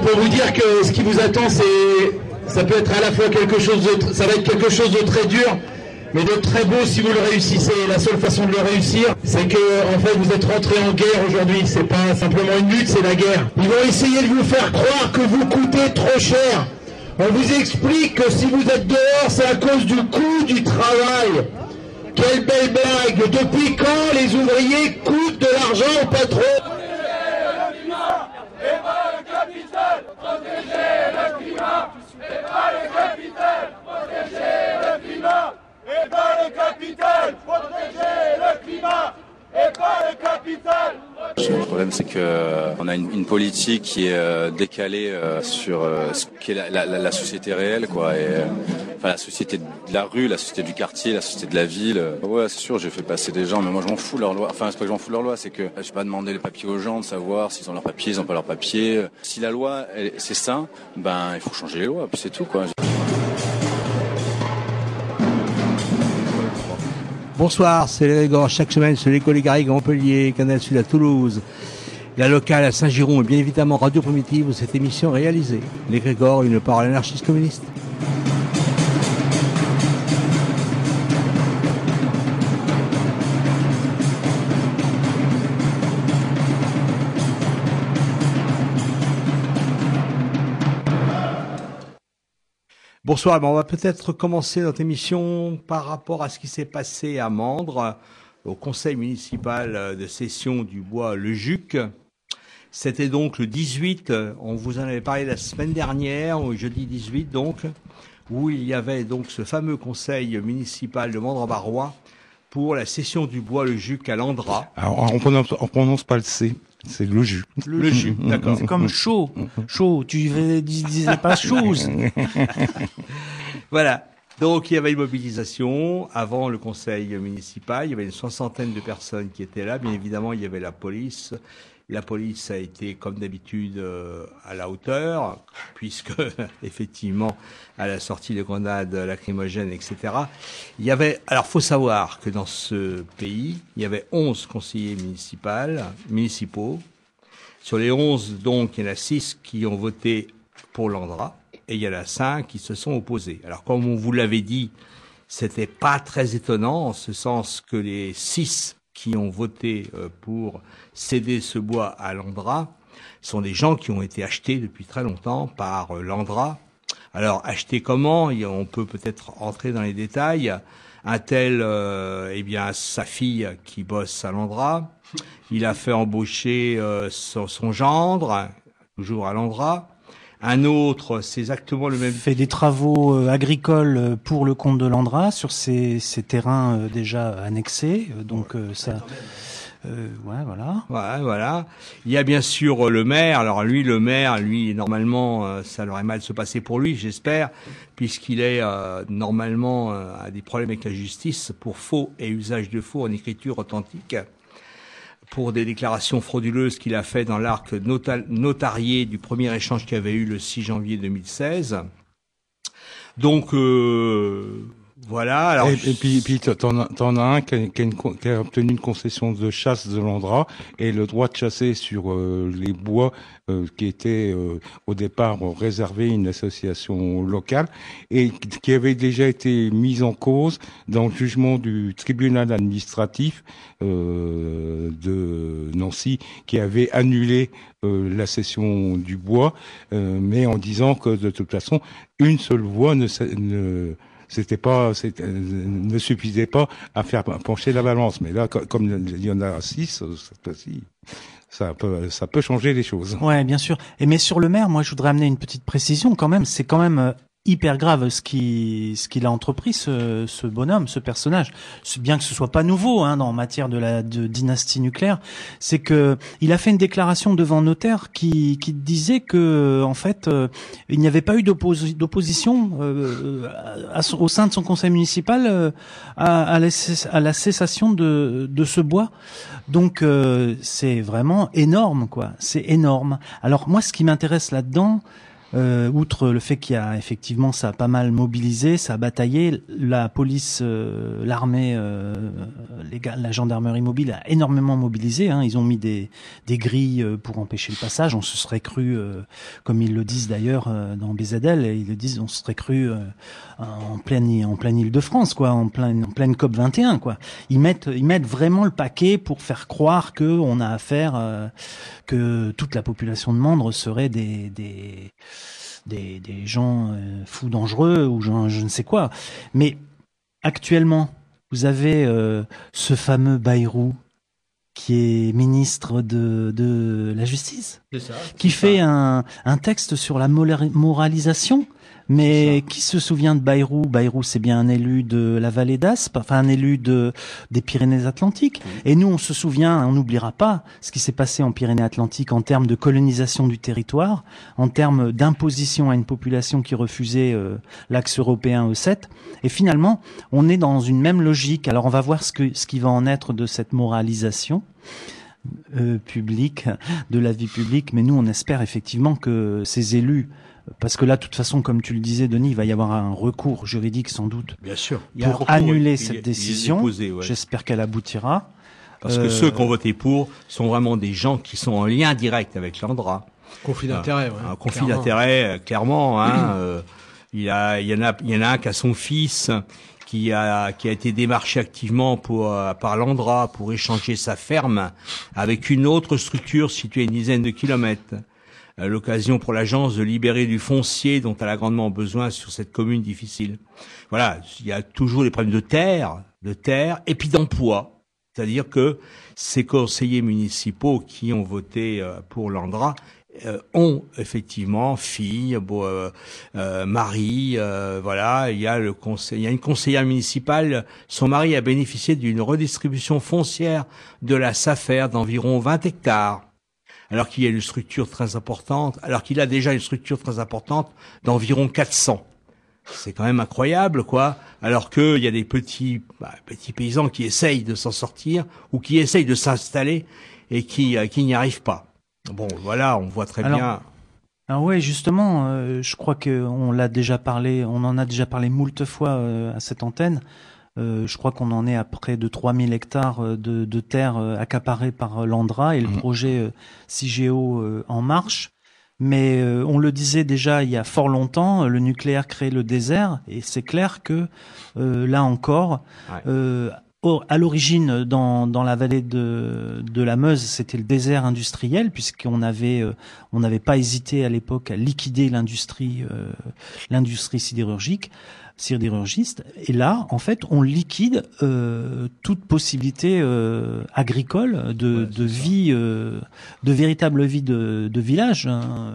peux vous dire que ce qui vous attend, ça peut être à la fois ça va être quelque chose de très dur, mais de très beau si vous le réussissez. La seule façon de le réussir, c'est que, en fait, vous êtes rentré en guerre aujourd'hui. C'est pas simplement une lutte, c'est la guerre. Ils vont essayer de vous faire croire que vous coûtez trop cher. On vous explique que si vous êtes dehors, c'est à cause du coût du travail. Quelle belle blague! Depuis quand les ouvriers coûtent de l'argent au patron? Et pas le capital, protéger le climat, et pas le capital. Le problème, c'est que on a une politique qui est décalée sur ce qu'est la société réelle, quoi. Et enfin, la société de la rue, la société du quartier, la société de la ville. Ouais, c'est sûr, j'ai fait passer des gens, mais moi je m'en fous de leur loi. Enfin, c'est pas que je m'en fous de leur loi, c'est que je vais pas demander les papiers aux gens, de savoir s'ils ont leurs papiers, ils ont pas leurs papiers. Si la loi, c'est ça, ben il faut changer les lois, puis c'est tout, quoi. Bonsoir, c'est les Grégor, chaque semaine sur l'école des Garrigues à Montpellier, Canal Sud à Toulouse, la locale à Saint-Giron et bien évidemment Radio Primitive où cette émission est réalisée. Les Grégor, une parole anarchiste communiste. Bonsoir, on va peut-être commencer notre émission par rapport à ce qui s'est passé à Mandres, au conseil municipal de session du bois Le Juc. C'était donc le 18, on vous en avait parlé la semaine dernière, au jeudi 18 donc, où il y avait donc ce fameux conseil municipal de Mandres-Barrois pour la session du bois Le Juc à Landras. Alors on prononce pas le C. C'est le jus. Le jus, d'accord. C'est comme chaud. Chaud. Tu disais pas chose. Voilà. Donc, il y avait une mobilisation avant le conseil municipal. Il y avait une 60aine de personnes qui étaient là. Bien évidemment, il y avait la police. La police a été, comme d'habitude, à la hauteur, puisque, effectivement, à la sortie de grenades lacrymogènes, etc. Il y avait, alors, faut savoir que dans ce pays, il y avait 11 conseillers municipaux. Sur les 11, donc, il y en a 6 qui ont voté pour Landras, et il y en a 5 qui se sont opposés. Alors, comme on vous l'avait dit, c'était pas très étonnant, en ce sens que les 6 qui ont voté pour céder ce bois à Landras sont des gens qui ont été achetés depuis très longtemps par Landras. Alors, achetés comment? On peut peut-être entrer dans les détails. Un tel, sa fille qui bosse à Landras, il a fait embaucher son gendre, toujours à Landras. Un autre, c'est exactement le même. Fait des travaux agricoles pour le compte de Landras sur ces terrains déjà annexés. Donc ça. Ouais, voilà. Ouais, voilà. Il y a bien sûr le maire. Alors lui, normalement, ça aurait mal se passer pour lui, j'espère, puisqu'il est normalement a des problèmes avec la justice pour faux et usage de faux en écriture authentique, pour des déclarations frauduleuses qu'il a fait dans l'arc notarié du premier échange qu'il y avait eu le 6 janvier 2016. Donc voilà. Alors, et puis t'en as un qui a obtenu une concession de chasse de Landras et le droit de chasser sur les bois qui étaient au départ réservés à une association locale et qui avait déjà été mise en cause dans le jugement du tribunal administratif de Nancy qui avait annulé la cession du bois, mais en disant que de toute façon une seule voie ne suffisait pas à faire pencher la balance. Mais là, comme il y en a 6, ça peut changer les choses. Ouais, bien sûr. Mais sur le maire, moi, je voudrais amener une petite précision quand même. C'est quand même hyper grave ce qu'il a entrepris, ce bonhomme, ce personnage. Bien que ce soit pas nouveau, en matière de dynastie nucléaire, c'est que il a fait une déclaration devant notaire qui disait que en fait il n'y avait pas eu d'opposition au sein de son conseil municipal à la cessation de ce bois. Donc c'est vraiment énorme, quoi. C'est énorme. Alors moi, ce qui m'intéresse là-dedans, outre le fait qu'il y a effectivement, ça a pas mal mobilisé, ça a bataillé, la police, l'armée, la gendarmerie mobile a énormément mobilisé. Ils ont mis des grilles pour empêcher le passage. On se serait cru, comme ils le disent d'ailleurs dans BZL, ils le disent, on se serait cru en pleine Île-de-France, quoi, en pleine COP 21, quoi. Ils mettent vraiment le paquet pour faire croire que on a affaire, que toute la population de Mandres serait des gens fous dangereux ou je ne sais quoi. Mais actuellement, vous avez ce fameux Bayrou qui est ministre de la Justice, qui fait un texte sur la moralisation. Mais qui se souvient de Bayrou? Bayrou, c'est bien un élu de la vallée d'Aspe, enfin un élu des Pyrénées-Atlantiques. Et nous, on se souvient, on n'oubliera pas ce qui s'est passé en Pyrénées-Atlantiques en termes de colonisation du territoire, en termes d'imposition à une population qui refusait l'axe européen E7. Et finalement, on est dans une même logique. Alors on va voir ce qui va en être de cette moralisation publique, de la vie publique. Mais nous, on espère effectivement que ces élus, parce que là, de toute façon, comme tu le disais, Denis, il va y avoir un recours juridique sans doute. Bien sûr. Pour annuler cette décision. J'espère qu'elle aboutira. Parce que ceux qui ont voté pour sont vraiment des gens qui sont en lien direct avec l'Andra. Conflit d'intérêt, un conflit d'intérêt, clairement. Il y en a un qui a son fils qui a été démarché activement par l'Andra pour échanger sa ferme avec une autre structure située à une dizaine de kilomètres. L'occasion pour l'agence de libérer du foncier dont elle a grandement besoin sur cette commune difficile. Voilà, il y a toujours des problèmes de terre, et puis d'emploi. C'est-à-dire que ces conseillers municipaux qui ont voté pour l'Andra ont effectivement fille, mari, voilà. Il y a une conseillère municipale. Son mari a bénéficié d'une redistribution foncière de la SAFER d'environ 20 hectares. Alors qu'il a déjà une structure très importante d'environ 400. C'est quand même incroyable, quoi. Alors qu'il y a des petits paysans qui essayent de s'en sortir ou qui essayent de s'installer et qui n'y arrivent pas. Bon, voilà, on voit très bien. Alors ouais, justement, je crois qu'on en a déjà parlé moult fois à cette antenne. Je crois qu'on en est à près de 3000 hectares de terres accaparées par l'Andra et le projet CIGEO en marche. Mais on le disait déjà il y a fort longtemps, le nucléaire crée le désert et c'est clair que là encore, à l'origine dans la vallée de la Meuse, c'était le désert industriel puisqu'on n'avait pas hésité à l'époque à liquider l'industrie sidérurgiste. Et là, en fait, on liquide toute possibilité agricole de vie, de véritable vie de village,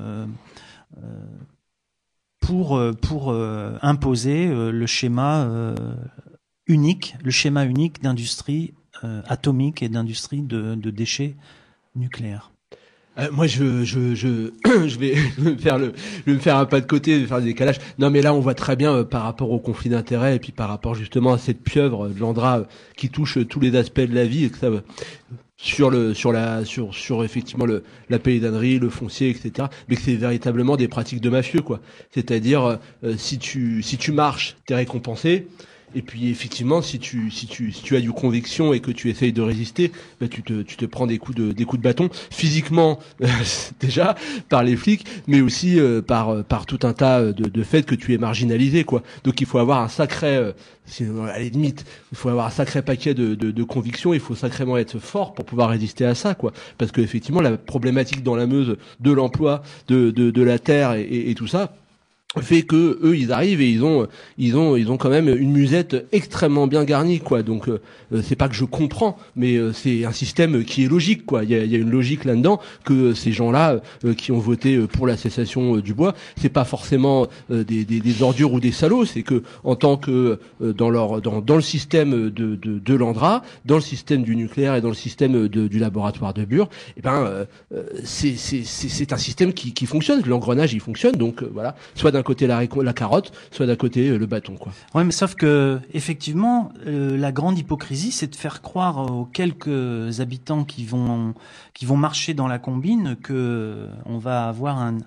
pour imposer le schéma unique d'industrie atomique et d'industrie de déchets nucléaires. Moi, je vais me faire un pas de côté, de faire des décalages. Non, mais là, on voit très bien par rapport au conflit d'intérêts et puis par rapport justement à cette pieuvre de l'Andra qui touche tous les aspects de la vie et que ça sur effectivement la paysannerie, le foncier, etc. Mais que c'est véritablement des pratiques de mafieux, quoi. C'est-à-dire si tu marches, t'es récompensé. Et puis effectivement, si tu as du conviction et que tu essayes de résister, tu te prends des coups de bâton physiquement déjà par les flics, mais aussi par tout un tas de faits que tu es marginalisé, quoi. Donc il faut avoir un sacré à la limite, il faut avoir un sacré paquet de convictions, il faut sacrément être fort pour pouvoir résister à ça, quoi. Parce que effectivement, la problématique dans la Meuse de l'emploi, de la terre et tout ça fait que eux ils arrivent et ils ont quand même une musette extrêmement bien garnie, quoi. Donc c'est pas que je comprends, mais c'est un système qui est logique, quoi. Il y a une logique là-dedans que ces gens-là qui ont voté pour la cessation du bois, c'est pas forcément des ordures ou des salauds, c'est que en tant que dans le système de l'Andra, dans le système du nucléaire et dans le système du laboratoire de Bure, c'est un système qui fonctionne, l'engrenage il fonctionne, donc voilà, soit d'un côté la carotte, soit d'un côté le bâton, quoi. Ouais, mais sauf que effectivement, la grande hypocrisie, c'est de faire croire aux quelques habitants qui vont marcher dans la combine que on va avoir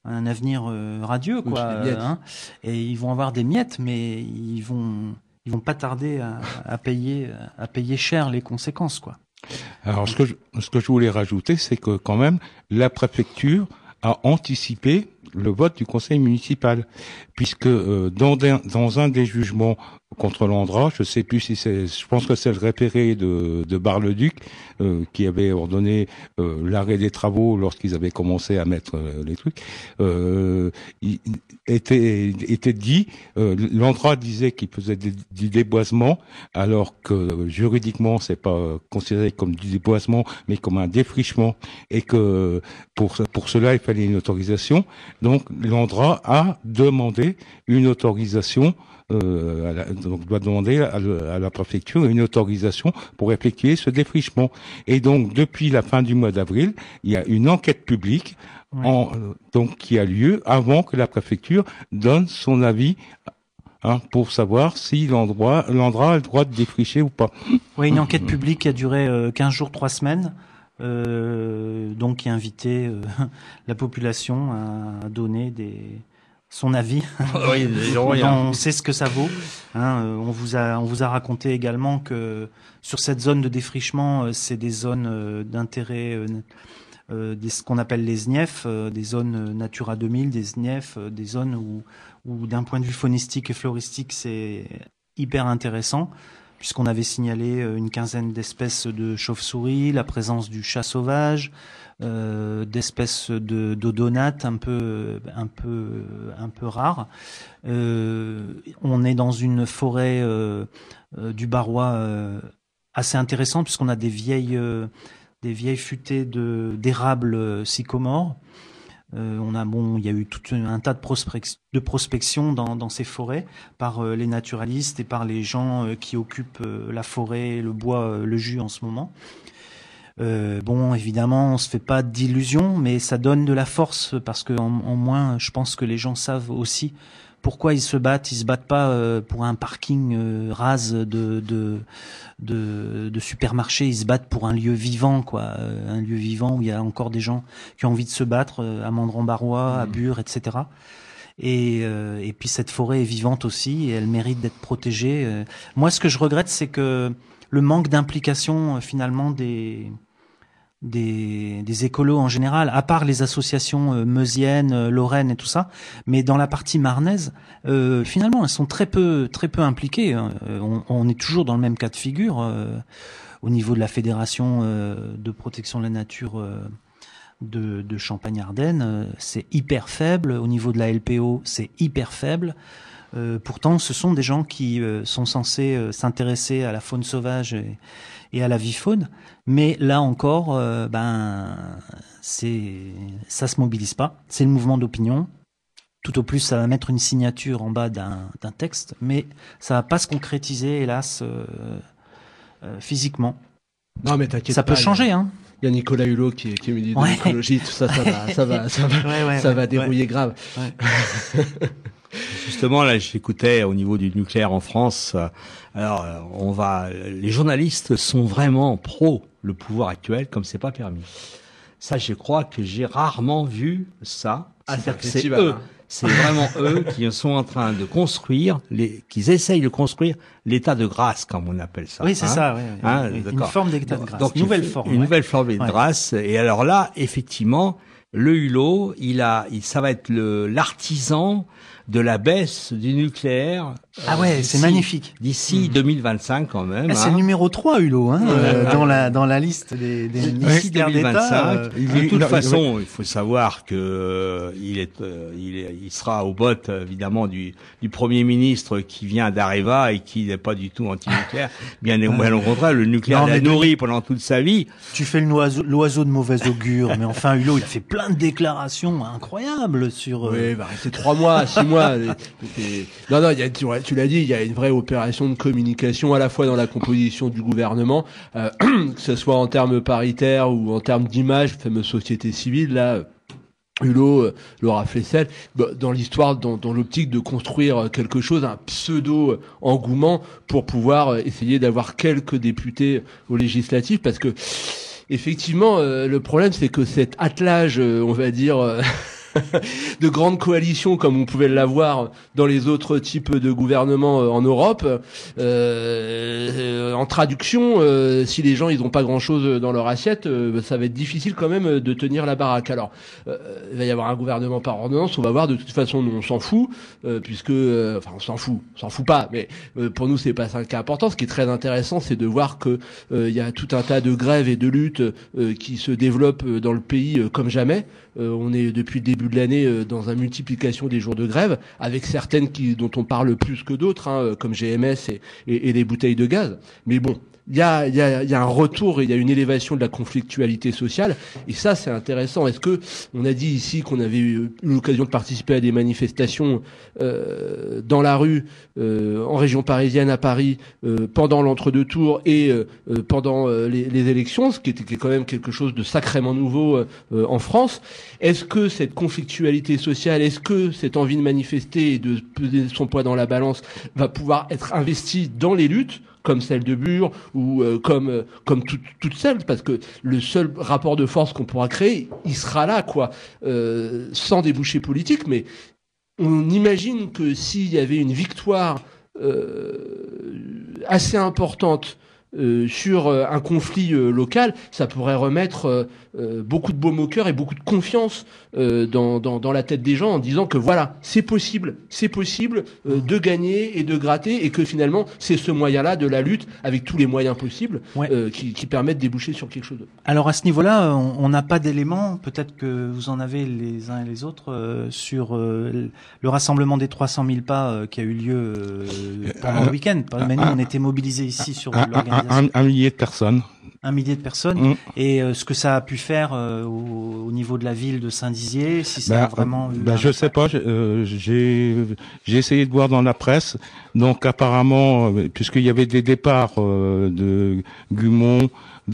un avenir radieux, quoi. Et ils vont avoir des miettes, mais ils vont pas tarder à payer cher les conséquences, quoi. Alors, ce que je voulais rajouter, c'est que quand même, la préfecture a anticipé le vote du conseil municipal, puisque dans un des jugements contre l'Andra, je pense que c'est le référé de Bar-le-Duc qui avait ordonné l'arrêt des travaux lorsqu'ils avaient commencé à mettre les trucs. Il était dit, l'Andra disait qu'il faisait du déboisement, alors que juridiquement c'est pas considéré comme du déboisement, mais comme un défrichement, et que pour cela il fallait une autorisation. Donc l'Andra a demandé une autorisation. Donc doit demander à la préfecture une autorisation pour effectuer ce défrichement. Et donc depuis la fin du mois d'avril, il y a une enquête publique donc qui a lieu avant que la préfecture donne son avis pour savoir si l'Andra a le droit de défricher ou pas. Oui, une enquête publique qui a duré 15 jours, 3 semaines. Donc qui a invité la population à donner son avis. Oui, on sait ce que ça vaut. On vous a raconté également que sur cette zone de défrichement, c'est des zones d'intérêt, ce qu'on appelle les SNIEF, des zones Natura 2000, des SNIEF, des zones où d'un point de vue faunistique et floristique, c'est hyper intéressant, puisqu'on avait signalé une quinzaine d'espèces de chauves-souris, la présence du chat sauvage, d'espèces d'odonates un peu rares. On est dans une forêt du Barrois assez intéressante, puisqu'on a des vieilles futaies d'érable sycomore. Il y a eu tout un tas de prospection dans ces forêts par les naturalistes et par les gens qui occupent la forêt, le bois, le jus en ce moment. Évidemment, on se fait pas d'illusions, mais ça donne de la force parce que en moins, je pense que les gens savent aussi pourquoi ils se battent. Ils se battent pas pour un parking rase de supermarché. Ils se battent pour un lieu vivant, quoi, un lieu vivant où il y a encore des gens qui ont envie de se battre, à Mandran-Barrois, à Bure, etc. Et puis cette forêt est vivante aussi et elle mérite d'être protégée. Moi, ce que je regrette, c'est que le manque d'implication finalement des écolos en général, à part les associations meusiennes, lorraines et tout ça, mais dans la partie marnaise, finalement, elles sont très peu impliquées. On est toujours dans le même cas de figure au niveau de la fédération de protection de la nature de Champagne-Ardenne, c'est hyper faible. Au niveau de la LPO, c'est hyper faible. Pourtant, ce sont des gens qui sont censés s'intéresser à la faune sauvage et à la vie faune, mais là encore, ça se mobilise pas. C'est le mouvement d'opinion. Tout au plus, ça va mettre une signature en bas d'un texte, mais ça va pas se concrétiser, hélas, physiquement. Non, mais t'inquiète ça pas. peut changer, hein. Il y a Nicolas Hulot qui est ministre de l'écologie, tout ça, ça va dérouiller grave. Ouais. Justement, là, j'écoutais au niveau du nucléaire en France. Alors, les journalistes sont vraiment pro le pouvoir actuel, comme c'est pas permis. Ça, je crois que j'ai rarement vu ça. C'est eux. C'est vraiment eux qui sont en train de construire, qu'ils essayent de construire l'état de grâce, comme on appelle ça. Oui, c'est ça, oui. Une forme d'état de grâce. Donc, une nouvelle forme de grâce. Et alors là, effectivement, le Hulot, ça va être l'artisan de la baisse du nucléaire. Ah ouais, c'est magnifique. D'ici 2025 quand même. C'est le numéro 3 Hulot, dans la liste des d'ici 2025. De toute façon, il faut savoir que il sera au botte évidemment du Premier ministre qui vient d'Areva et qui n'est pas du tout anti-nucléaire. Bien au contraire, le nucléaire l'a nourri pendant toute sa vie. Tu fais l'oiseau de mauvais augure, mais enfin Hulot, il a fait plein de déclarations incroyables sur. Oui, c'est 3 mois, 6 mois. Non, tu l'as dit, il y a une vraie opération de communication à la fois dans la composition du gouvernement, que ce soit en termes paritaires ou en termes d'image, fameuse société civile, là. Hulot, Laura Flessel, dans l'histoire, dans l'optique de construire quelque chose, un pseudo-engouement pour pouvoir essayer d'avoir quelques députés aux législatives, parce que effectivement, le problème c'est que cet attelage, on va dire, de grandes coalitions comme on pouvait l'avoir dans les autres types de gouvernements en Europe. En traduction, si les gens ils ont pas grand-chose dans leur assiette, ça va être difficile quand même de tenir la baraque. Alors, il va y avoir un gouvernement par ordonnance. On va voir. De toute façon, nous on s'en fout, puisque, enfin, on s'en fout pas. Mais pour nous, c'est pas ça qui est important. Ce qui est très intéressant, c'est de voir que il y a tout un tas de grèves et de luttes qui se développent dans le pays comme jamais. On est depuis le début de l'année dans une multiplication des jours de grève, avec certaines dont on parle plus que d'autres, hein, comme GMS et les bouteilles de gaz. Mais bon, il y a un retour et il y a une élévation de la conflictualité sociale, et ça c'est intéressant. Est-ce que on a dit ici qu'on avait eu l'occasion de participer à des manifestations dans la rue en région parisienne, à Paris, pendant l'entre-deux tours et pendant les élections, ce qui était quand même quelque chose de sacrément nouveau en France. Est-ce que cette conflictualité sociale, est-ce que cette envie de manifester et de peser son poids dans la balance va pouvoir être investie dans les luttes comme celle de Bure ou comme toute celle, parce que le seul rapport de force qu'on pourra créer, il sera là, quoi, sans débouché politique. Mais on imagine que s'il y avait une victoire assez importante sur un conflit local, ça pourrait remettre beaucoup de baume au cœur et beaucoup de confiance dans la tête des gens, en disant que voilà, c'est possible de gagner et de gratter, et que finalement c'est ce moyen-là de la lutte, avec tous les moyens possibles, qui permettent de déboucher sur quelque chose d'autre. Alors à ce niveau-là, on n'a pas d'éléments, peut-être que vous en avez les uns et les autres, sur le rassemblement des 300 000 pas qui a eu lieu pendant le week-end. Mais nous, on était mobilisés ici sur l'organisation. Un millier de personnes. Un millier de personnes. Et ce que ça a pu faire au niveau de la ville de Saint-Dizier, si ça a vraiment eu... je sais pas, j'ai essayé de voir dans la presse, donc apparemment, puisqu'il y avait des départs de Gumont,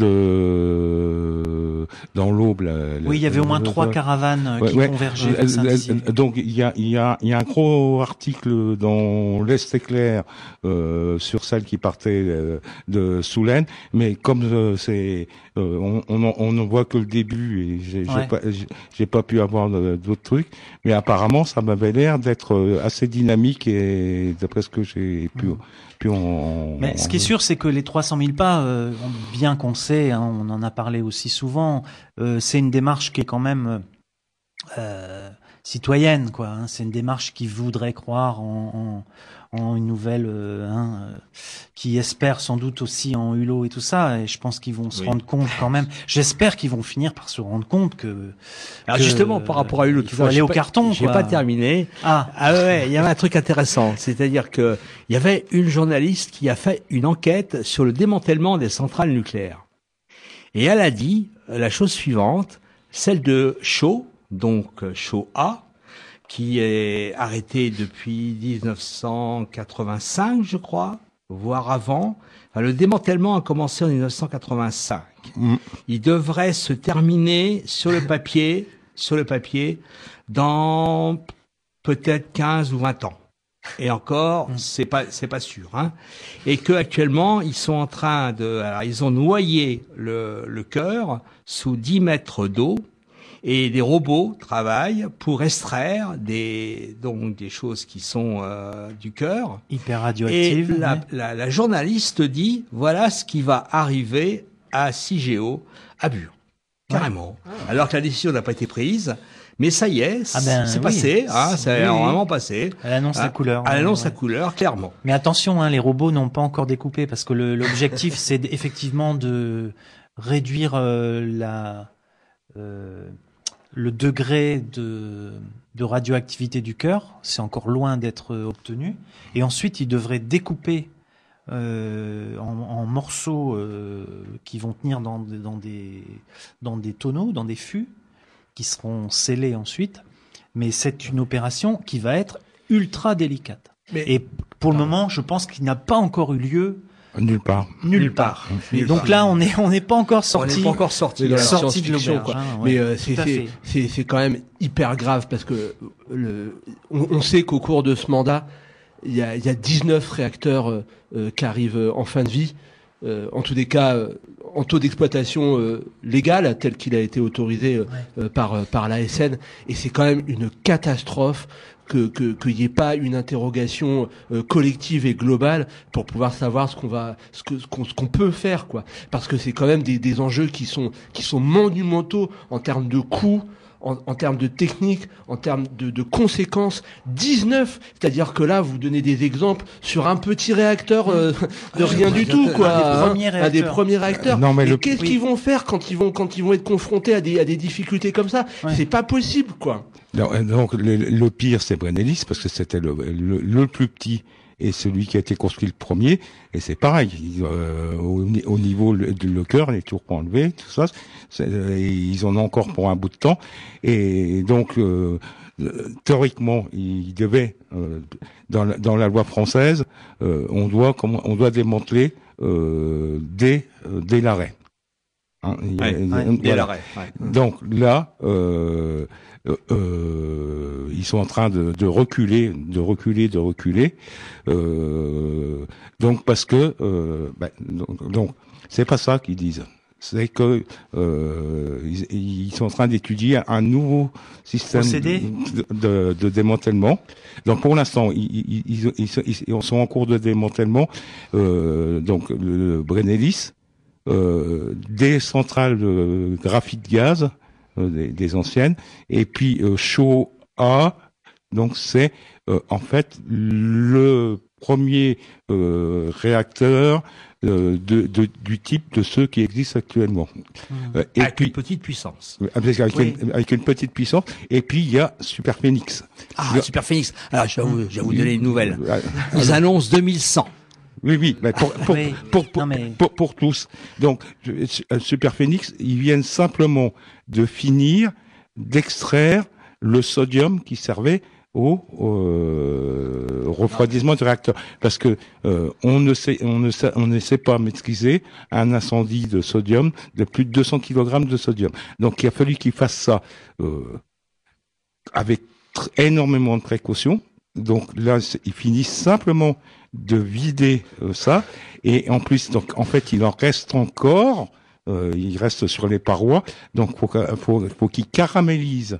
dans l'Aube. Oui, il y avait au moins 3 caravanes qui convergeaient vers Saint-Dizier. Donc il y a un gros article dans l'Est éclair sur celle qui partait de Soulaine, mais comme c'est on ne voit que le début et j'ai pas pu avoir d'autres trucs, mais apparemment ça m'avait l'air d'être assez dynamique, et d'après ce que j'ai pu Mais ce qui est sûr, c'est que les 300 000 pas, bien qu'on sait, hein, on en a parlé aussi souvent, c'est une démarche qui est quand même citoyenne, quoi. Hein. C'est une démarche qui voudrait croire en une nouvelle, qui espère sans doute aussi en Hulot et tout ça. Et je pense qu'ils vont se rendre compte quand même. J'espère qu'ils vont finir par se rendre compte que. Alors justement, par rapport à Hulot, il faut aller au carton. J'ai pas terminé. Il y avait un truc intéressant, c'est-à-dire que il y avait une journaliste qui a fait une enquête sur le démantèlement des centrales nucléaires, et elle a dit la chose suivante: celle de Chaux, donc Chaux A, qui est arrêté depuis 1985, je crois, voire avant. Enfin, le démantèlement a commencé en 1985. Il devrait se terminer sur le papier, dans peut-être 15 ou 20 ans. Et encore, c'est pas sûr, hein. Et que actuellement, ils sont en train alors ils ont noyé le cœur sous 10 mètres d'eau. Et des robots travaillent pour extraire des choses qui sont du cœur, hyper radioactives. Et la journaliste dit voilà ce qui va arriver à Cigéo, à Bure, carrément. Alors que la décision n'a pas été prise, mais ça y est, c'est passé, c'est vraiment passé. Elle annonce la couleur. Elle annonce la couleur, clairement. Mais attention, les robots n'ont pas encore découpé, parce que l'objectif c'est effectivement de réduire le degré de radioactivité du cœur, c'est encore loin d'être obtenu. Et ensuite, ils devraient découper en morceaux qui vont tenir dans des tonneaux, dans des fûts, qui seront scellés ensuite. Mais c'est une opération qui va être ultra délicate. Et pour le moment, je pense qu'il n'a pas encore eu lieu. Nulle part. Donc là, on n'est pas encore sorti. On n'est pas encore sorti de la science-fiction, quoi. Mais c'est quand même hyper grave, parce que on sait qu'au cours de ce mandat, il y a 19 réacteurs qui arrivent en fin de vie. en tous les cas, en taux d'exploitation légal, tel qu'il a été autorisé par l'ASN. Et c'est quand même une catastrophe qu'il n'y ait pas une interrogation collective et globale pour pouvoir savoir ce qu'on peut faire, quoi. Parce que c'est quand même des enjeux qui sont monumentaux en termes de coûts, en termes de technique, en termes de conséquences. 19, c'est-à-dire que là, vous donnez des exemples sur un petit réacteur de rien du tout, quoi. Un des premiers réacteurs. Non, mais qu'est-ce qu'ils vont faire quand ils vont être confrontés à des difficultés comme ça? C'est pas possible, quoi. Donc le pire, c'est Brennelis, parce que c'était le plus petit et celui qui a été construit le premier. Et c'est pareil, au niveau le cœur, il n'est toujours pas enlevé, tout ça. Ils en ont encore pour un bout de temps. Et donc, théoriquement, il devait, dans la loi française, on doit démanteler dès l'arrêt. Hein, dès l'arrêt. Ouais. Donc là, ils sont en train de reculer, donc parce que donc c'est pas ça qu'ils disent. C'est que ils sont en train d'étudier un nouveau système de démantèlement. Donc pour l'instant, ils sont en cours de démantèlement. Donc le Brennelis, des centrales de graphite gaz, des anciennes, et puis Showa, donc c'est en fait le premier réacteur du type de ceux qui existent actuellement. Et avec une petite puissance. Avec une petite puissance. Et puis il y a Super Phoenix. Super Phoenix. Alors je vais vous donner une nouvelle. Ils annoncent 2100. Oui, mais pour tous. Donc, Super Phoenix, ils viennent simplement de finir d'extraire le sodium qui servait au refroidissement du réacteur, parce que on ne sait pas maîtriser un incendie de sodium de plus de 200 kg de sodium. Donc, il a fallu qu'ils fassent ça avec énormément de précautions. Donc là, ils finissent simplement de vider ça, et en plus, donc en fait, il en reste encore. Il reste sur les parois, donc faut qu'ils caramélisent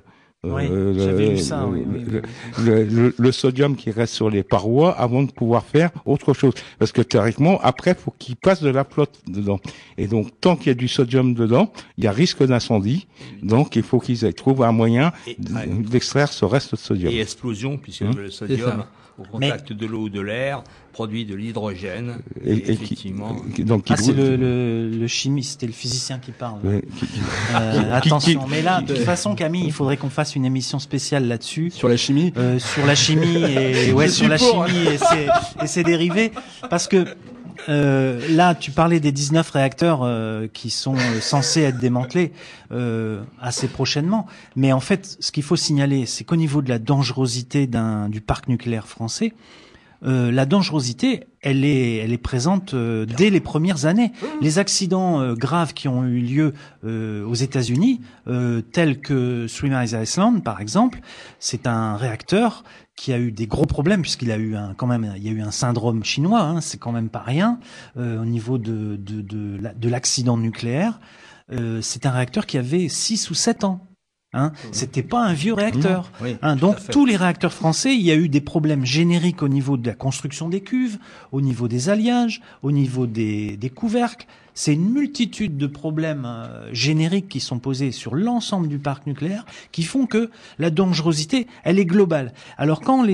le sodium qui reste sur les parois avant de pouvoir faire autre chose. Parce que théoriquement, après, faut qu'il passe de la flotte dedans. Et donc, tant qu'il y a du sodium dedans, il y a risque d'incendie. Donc, il faut qu'ils trouvent un moyen d'extraire ce reste de sodium. Et explosion, puisque le sodium, au contact de l'eau ou de l'air, produit de l'hydrogène. Et effectivement. C'est le chimiste, c'était le physicien qui parle. Attention, mais là, de toute façon, Camille, il faudrait qu'on fasse une émission spéciale là-dessus. Sur la chimie. Sur la chimie sur la chimie et ses dérivés, parce que là, tu parlais des 19 réacteurs qui sont censés être démantelés assez prochainement. Mais en fait, ce qu'il faut signaler, c'est qu'au niveau de la dangerosité du parc nucléaire français, la dangerosité, elle est présente dès les premières années. Les accidents graves qui ont eu lieu aux États-Unis, tels que Three Mile Island, par exemple, c'est un réacteur qui a eu des gros problèmes, puisqu'il a eu il y a eu un syndrome chinois, hein, c'est quand même pas rien au niveau de l'accident nucléaire. C'est un réacteur qui avait 6 ou 7 ans. Hein, c'était pas un vieux réacteur. Donc tous les réacteurs français, il y a eu des problèmes génériques au niveau de la construction des cuves, au niveau des alliages, au niveau des couvercles. C'est une multitude de problèmes génériques qui sont posés sur l'ensemble du parc nucléaire, qui font que la dangerosité, elle est globale. Alors quand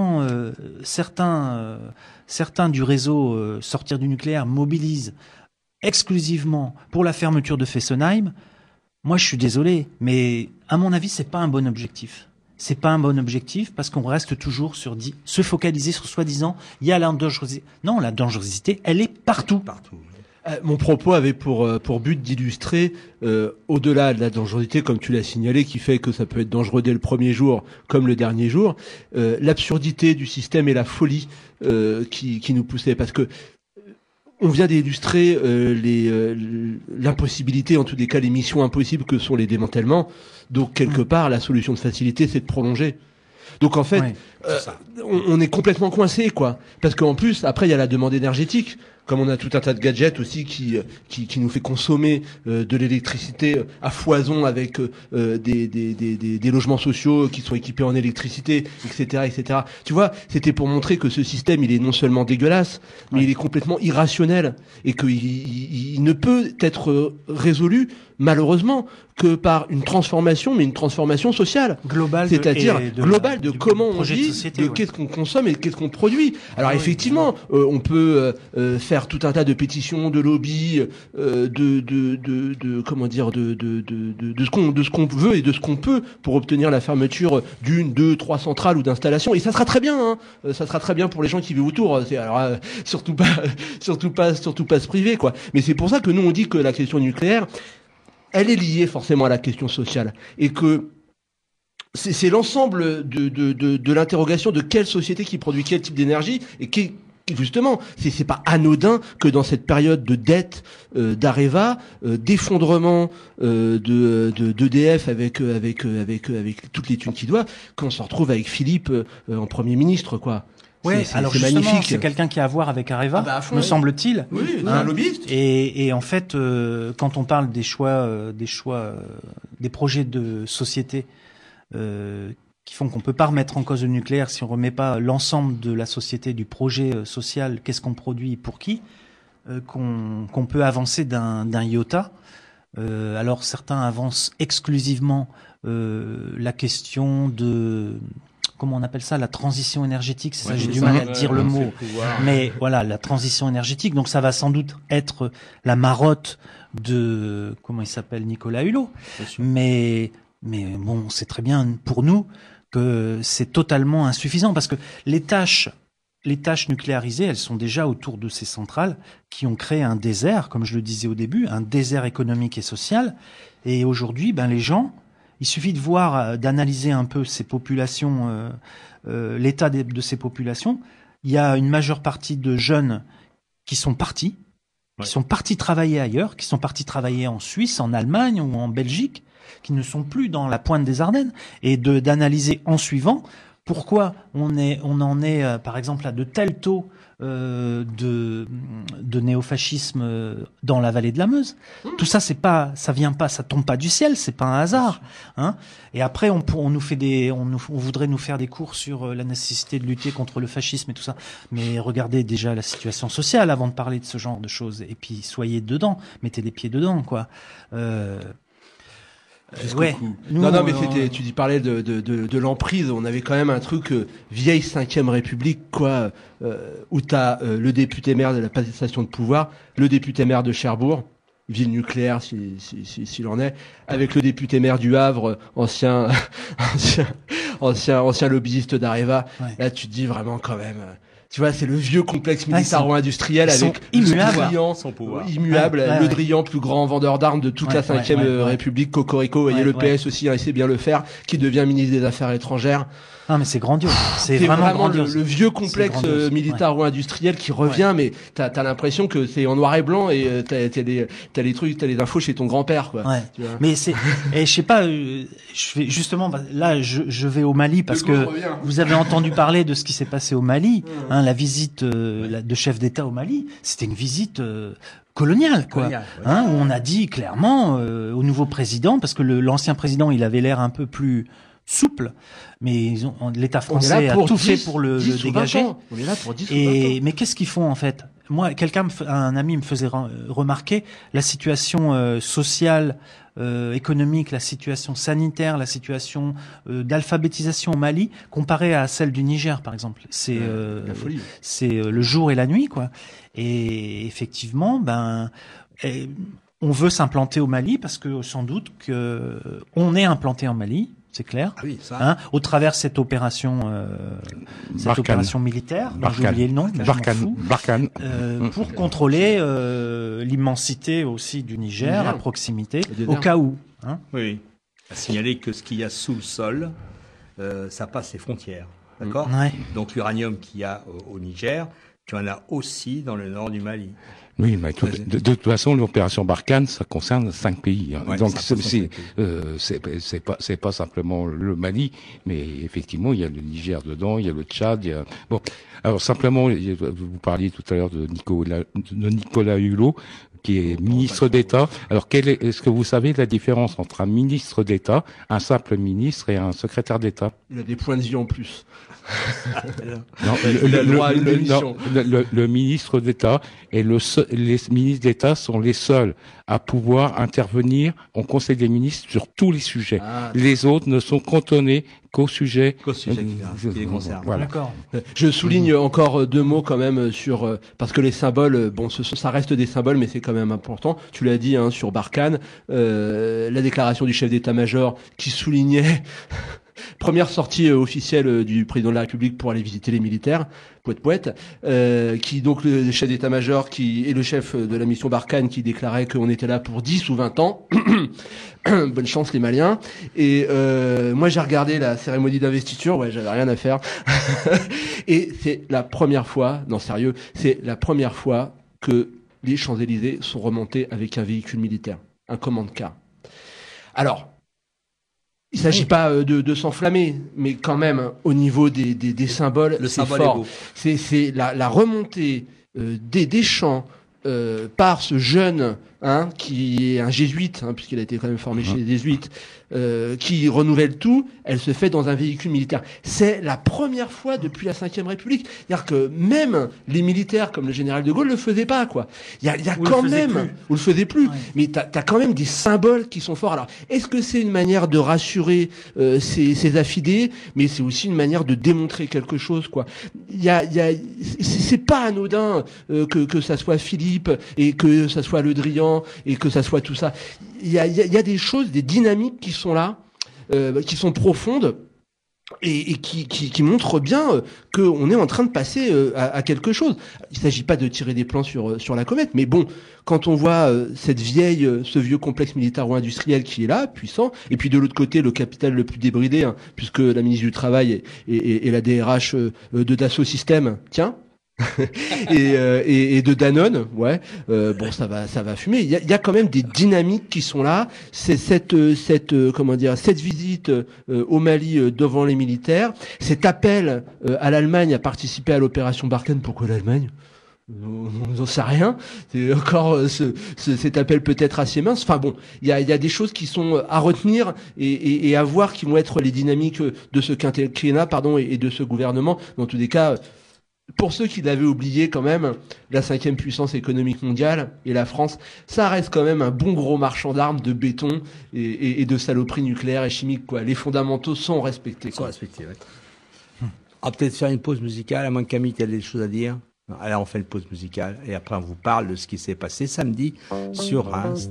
certains du réseau sortir du nucléaire mobilisent exclusivement pour la fermeture de Fessenheim, moi, je suis désolé, mais à mon avis, c'est pas un bon objectif. C'est pas un bon objectif parce qu'on reste toujours sur se focaliser sur soi-disant, il y a la dangerosité. Non, la dangerosité, elle est partout. Mon propos avait pour but d'illustrer, au-delà de la dangerosité, comme tu l'as signalé, qui fait que ça peut être dangereux dès le premier jour comme le dernier jour, l'absurdité du système et la folie qui nous poussait. Parce que on vient d'illustrer l'impossibilité, en tous les cas les missions impossibles que sont les démantèlements. Donc quelque part, la solution de facilité, c'est de prolonger. Donc en fait, on est complètement coincé, quoi. Parce qu'en plus, après, il y a la demande énergétique. comme on a tout un tas de gadgets aussi qui nous fait consommer de l'électricité à foison avec des logements sociaux qui sont équipés en électricité, etc. Tu vois, c'était pour montrer que ce système, il est non seulement dégueulasse, mais il est complètement irrationnel et qu'il ne peut être résolu malheureusement que par une transformation, mais une transformation sociale globale, c'est-à-dire globale de comment on vit, société, qu'est-ce qu'on consomme et qu'est-ce qu'on produit. Alors effectivement, on peut faire tout un tas de pétitions, de lobbies, de comment dire, de ce qu'on veut et de ce qu'on peut pour obtenir la fermeture d'une, deux, trois centrales ou d'installations. Et ça sera très bien, hein. Ça sera très bien pour les gens qui vivent autour. Alors surtout pas se priver, quoi. Mais c'est pour ça que nous on dit que la question nucléaire, elle est liée forcément à la question sociale et que c'est l'ensemble de l'interrogation de quelle société qui produit quel type d'énergie et qui justement c'est pas anodin que dans cette période de dette d'Areva, d'effondrement d'EDF avec toutes les thunes qu'il doit, qu'on se retrouve avec Philippe en Premier ministre, quoi. Oui, alors c'est justement, magnifique. c'est quelqu'un qui a à voir avec Areva, me semble-t-il. Oui, c'est un lobbyiste. Et en fait, quand on parle des projets de société qui font qu'on peut pas remettre en cause le nucléaire si on remet pas l'ensemble de la société, du projet social, qu'est-ce qu'on produit et pour qui, qu'on peut avancer d'un iota. Alors certains avancent exclusivement la question de... Comment on appelle ça, la transition énergétique, c'est ça, j'ai du mal à dire le mot. Mais voilà, la transition énergétique, donc ça va sans doute être la marotte de, comment il s'appelle, Nicolas Hulot. Mais bon, c'est très bien pour nous que c'est totalement insuffisant parce que les tâches nucléarisées, elles sont déjà autour de ces centrales qui ont créé un désert, comme je le disais au début, un désert économique et social. Et aujourd'hui, les gens, il suffit de voir, d'analyser un peu ces populations, l'état de ces populations. Il y a une majeure partie de jeunes qui sont partis, qui sont partis travailler ailleurs, qui sont partis travailler en Suisse, en Allemagne ou en Belgique, qui ne sont plus dans la pointe des Ardennes, et d'analyser en suivant pourquoi on en est, par exemple, à de tels taux de néofascisme dans la vallée de la Meuse. Tout ça, ça tombe pas du ciel, c'est pas un hasard, hein. Et après, on voudrait nous faire des cours sur la nécessité de lutter contre le fascisme et tout ça. Mais regardez déjà la situation sociale avant de parler de ce genre de choses. Et puis, soyez dedans, mettez les pieds dedans, quoi. Ouais. Mais tu parlais de l'emprise. On avait quand même un truc vieille 5e République, quoi, où t'as le député maire de la passation de pouvoir, le député maire de Cherbourg, ville nucléaire s'il en est, avec le député maire du Havre, ancien lobbyiste d'Areva. Ouais. Là, tu te dis vraiment quand même. Tu vois, c'est le vieux complexe militaro-industriel avec le pouvoir immuable, le Drian, plus grand vendeur d'armes de toute la 5e République, Cocorico, voyez le PS aussi, il sait bien le faire, qui devient ministre des Affaires étrangères. Ah, mais c'est grandiose. C'est vraiment grandiose. Le vieux complexe militaro-industriel qui revient, mais t'as l'impression que c'est en noir et blanc et t'as les infos chez ton grand-père, quoi. Ouais. Tu vois. Mais et je sais pas, je vais au Mali parce que vous avez entendu parler de ce qui s'est passé au Mali, hein, la visite de chef d'État au Mali. C'était une visite coloniale, quoi. Hein, où on a dit clairement au nouveau président, parce que l'ancien président, il avait l'air un peu plus souple, mais l'État français a tout fait pour le dégager. On est là pour 10 ou 20 ans. Mais qu'est-ce qu'ils font en fait? Moi, un ami me faisait remarquer la situation sociale, économique, la situation sanitaire, la situation d'alphabétisation au Mali, comparée à celle du Niger, par exemple. C'est la folie. C'est le jour et la nuit, quoi. Et effectivement, on veut s'implanter au Mali parce que sans doute que on est implanté en Mali. C'est clair, hein, au travers cette opération militaire, dont j'ai oublié le nom, Barkhane, pour contrôler l'immensité aussi du Niger à proximité, au cas où. Hein. Oui. À signaler que ce qu'il y a sous le sol, ça passe les frontières, d'accord. Ouais. Donc l'uranium qu'il y a au Niger tu en as aussi dans le nord du Mali. Oui, mais de toute façon, l'opération Barkhane, ça concerne 5 pays. Hein. Ouais, donc c'est c'est pas simplement le Mali, mais effectivement, il y a le Niger dedans, il y a le Tchad, il y a bon. Alors simplement, vous parliez tout à l'heure de Nicolas Hulot, qui est ministre d'État. Alors, est-ce que vous savez la différence entre un ministre d'État, un simple ministre et un secrétaire d'État? Il a des points de vie en plus. Non, le ministre d'État et les ministres d'État sont les seuls à pouvoir intervenir au Conseil des ministres sur tous les sujets. Les autres ne sont cantonnés qu'au sujet qui les concerne. Voilà. D'accord. Je souligne encore 2 mots quand même sur parce que les symboles, bon, ça reste des symboles, mais c'est quand même important. Tu l'as dit hein, sur Barkhane, la déclaration du chef d'état-major qui soulignait première sortie officielle du président de la République pour aller visiter les militaires, poète, qui donc le chef d'état-major et le chef de la mission Barkhane qui déclarait qu'on était là pour 10 ou 20 ans. Bonne chance les Maliens. Et moi j'ai regardé la cérémonie d'investiture, ouais, j'avais rien à faire. Et c'est la première fois, non sérieux, c'est la première fois que les Champs-Élysées sont remontés avec un véhicule militaire, un commande-car. Alors, il s'agit pas de s'enflammer, mais quand même au niveau des symboles, le c'est symbole fort. est beau. C'est la remontée des champs par ce jeune qui est un jésuite, puisqu'il a été quand même formé chez les jésuites, qui renouvelle tout. Elle se fait dans un véhicule militaire. C'est la première fois depuis la Ve République. C'est-à-dire que même les militaires comme le général de Gaulle le faisaient pas, quoi. Il y a quand même, ou le faisaient plus. Ouais. Mais t'as quand même des symboles qui sont forts. Alors, est-ce que c'est une manière de rassurer ces affidés, mais c'est aussi une manière de démontrer quelque chose, quoi. C'est pas anodin que ça soit Philippe et que ça soit Le Drian et que ça soit tout ça. Il y a des choses, des dynamiques qui sont là, qui sont profondes et qui montrent bien qu'on est en train de passer à quelque chose. Il s'agit pas de tirer des plans sur la comète, mais bon, quand on voit ce vieux complexe militaire ou industriel qui est là, puissant, et puis de l'autre côté le capital le plus débridé, puisque la ministre du Travail et la DRH de Dassault Systèmes, tiens. et de Danone, ouais. Bon, ça va fumer. Il y a quand même des dynamiques qui sont là. C'est cette visite au Mali devant les militaires, cet appel à l'Allemagne à participer à l'opération Barkhane. Pourquoi l'Allemagne? On n'en sait rien. C'est encore cet appel peut-être assez mince. Enfin bon, il y a des choses qui sont à retenir et à voir qui vont être les dynamiques de ce quinquennat, et de ce gouvernement. Dans tous les cas. Pour ceux qui l'avaient oublié quand même, la 5e puissance économique mondiale et la France, ça reste quand même un bon gros marchand d'armes, de béton et de saloperies nucléaires et chimiques, quoi. Les fondamentaux sont respectés. Sont respectés, ouais. On va peut-être faire une pause musicale, à moins que Camille ait des choses à dire. Alors on fait une pause musicale et après on vous parle de ce qui s'est passé samedi sur Reims.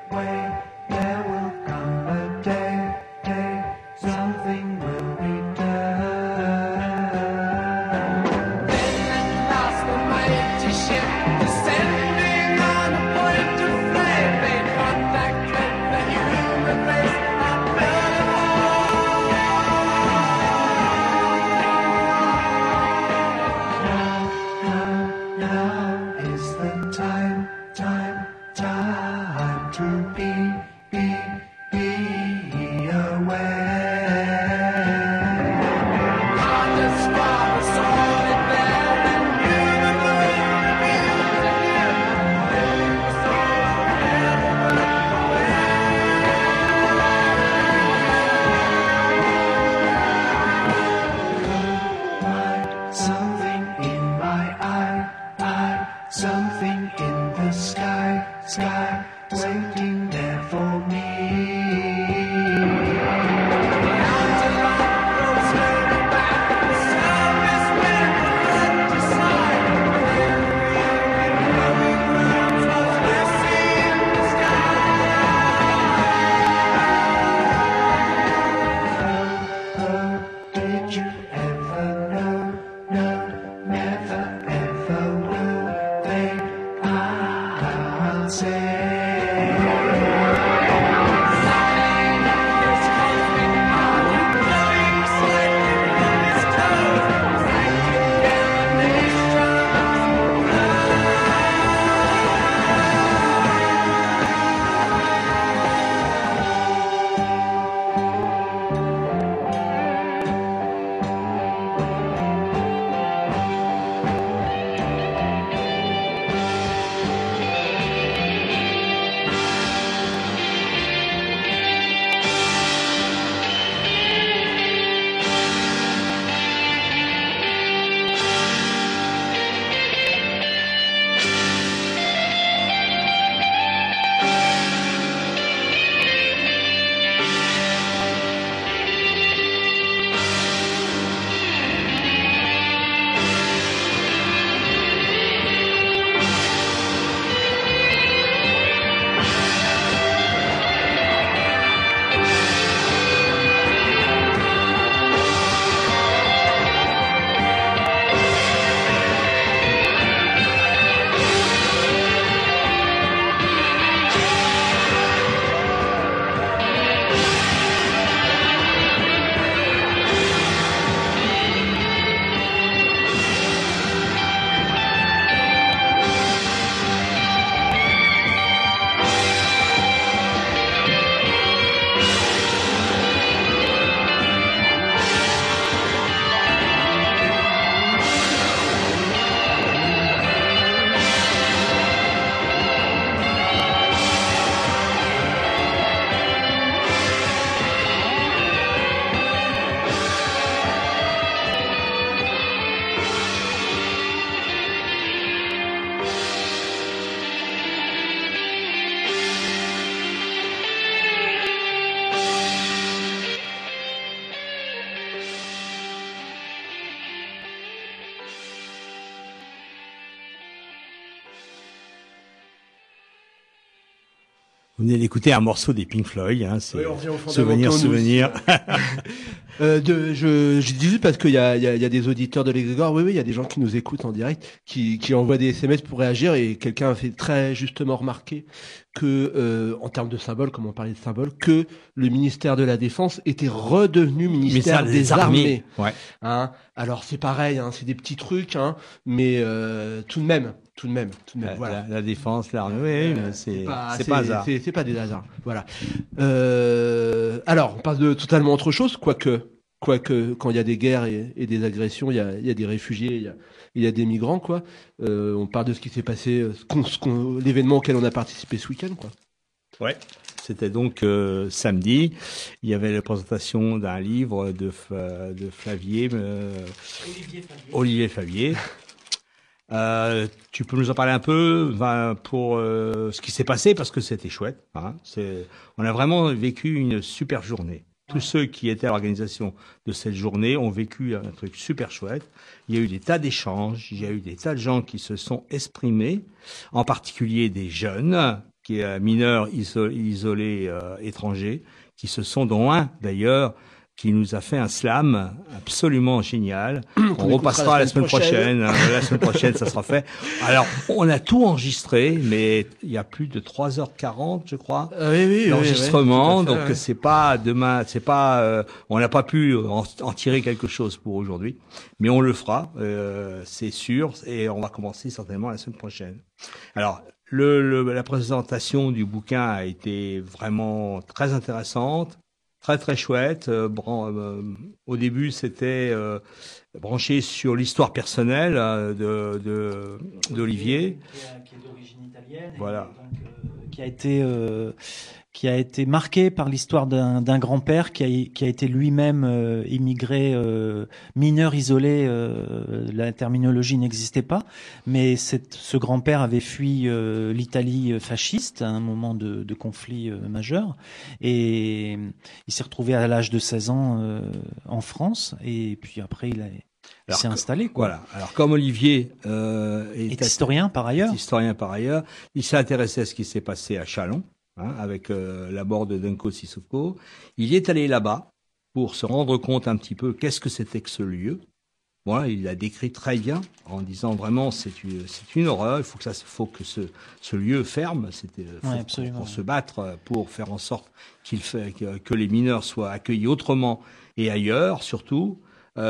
Something will be done. Vous venez d'écouter un morceau des Pink Floyd, hein, c'est Oui, on revient aux fondamentaux, souvenir. Je dis juste parce qu'il y a des auditeurs de l'Egrégore, oui, il y a des gens qui nous écoutent en direct, qui envoient des SMS pour réagir, et quelqu'un a fait très justement remarquer que, en termes de symboles, comme on parlait de symboles, que le ministère de la Défense était redevenu ministère des Armées. Ouais. Hein, alors c'est pareil, hein, c'est des petits trucs, hein, mais tout de même, voilà. La défense, l'armée, oui, c'est pas hasard. C'est pas des hasards. Voilà. Alors, on parle de totalement autre chose, quoique quand il y a des guerres et des agressions, il y a des réfugiés, il y a des migrants, quoi. On parle de ce qui s'est passé, l'événement auquel on a participé ce week-end, quoi. Ouais. C'était donc samedi. Il y avait la présentation d'un livre de Flavier, Olivier Flavier. Tu peux nous en parler un peu pour ce qui s'est passé, parce que c'était chouette. Hein. On a vraiment vécu une super journée. Tous ceux qui étaient à l'organisation de cette journée ont vécu un truc super chouette. Il y a eu des tas d'échanges, il y a eu des tas de gens qui se sont exprimés, en particulier des jeunes, qui est mineurs isolés étrangers, qui se sont, dont un d'ailleurs, qui nous a fait un slam absolument génial. On repassera la semaine prochaine. La semaine prochaine, ça sera fait. Alors, on a tout enregistré, mais il y a plus de 3h40, je crois, d'enregistrement. Donc, c'est pas demain, on n'a pas pu en tirer quelque chose pour aujourd'hui. Mais on le fera, c'est sûr, et on va commencer certainement la semaine prochaine. Alors, la présentation du bouquin a été vraiment très intéressante. Très très chouette. Au début, c'était branché sur l'histoire personnelle d'Olivier, qui est d'origine italienne. Voilà. Et donc, qui a été marqué par l'histoire d'un grand-père qui a été lui-même immigré, mineur isolé. La terminologie n'existait pas, mais ce grand-père avait fui l'Italie fasciste à un moment de conflit majeur, et il s'est retrouvé à l'âge de 16 ans en France, et puis après il s'est installé, quoi. Voilà. Alors comme Olivier est historien par ailleurs, il s'est intéressé à ce qui s'est passé à Châlons. Avec la mort de Denko Sissoko. Il est allé là-bas pour se rendre compte un petit peu qu'est-ce que c'était que ce lieu. Voilà, il l'a décrit très bien en disant vraiment c'est une horreur, il faut que ce lieu ferme, pour se battre pour faire en sorte que les mineurs soient accueillis autrement et ailleurs surtout.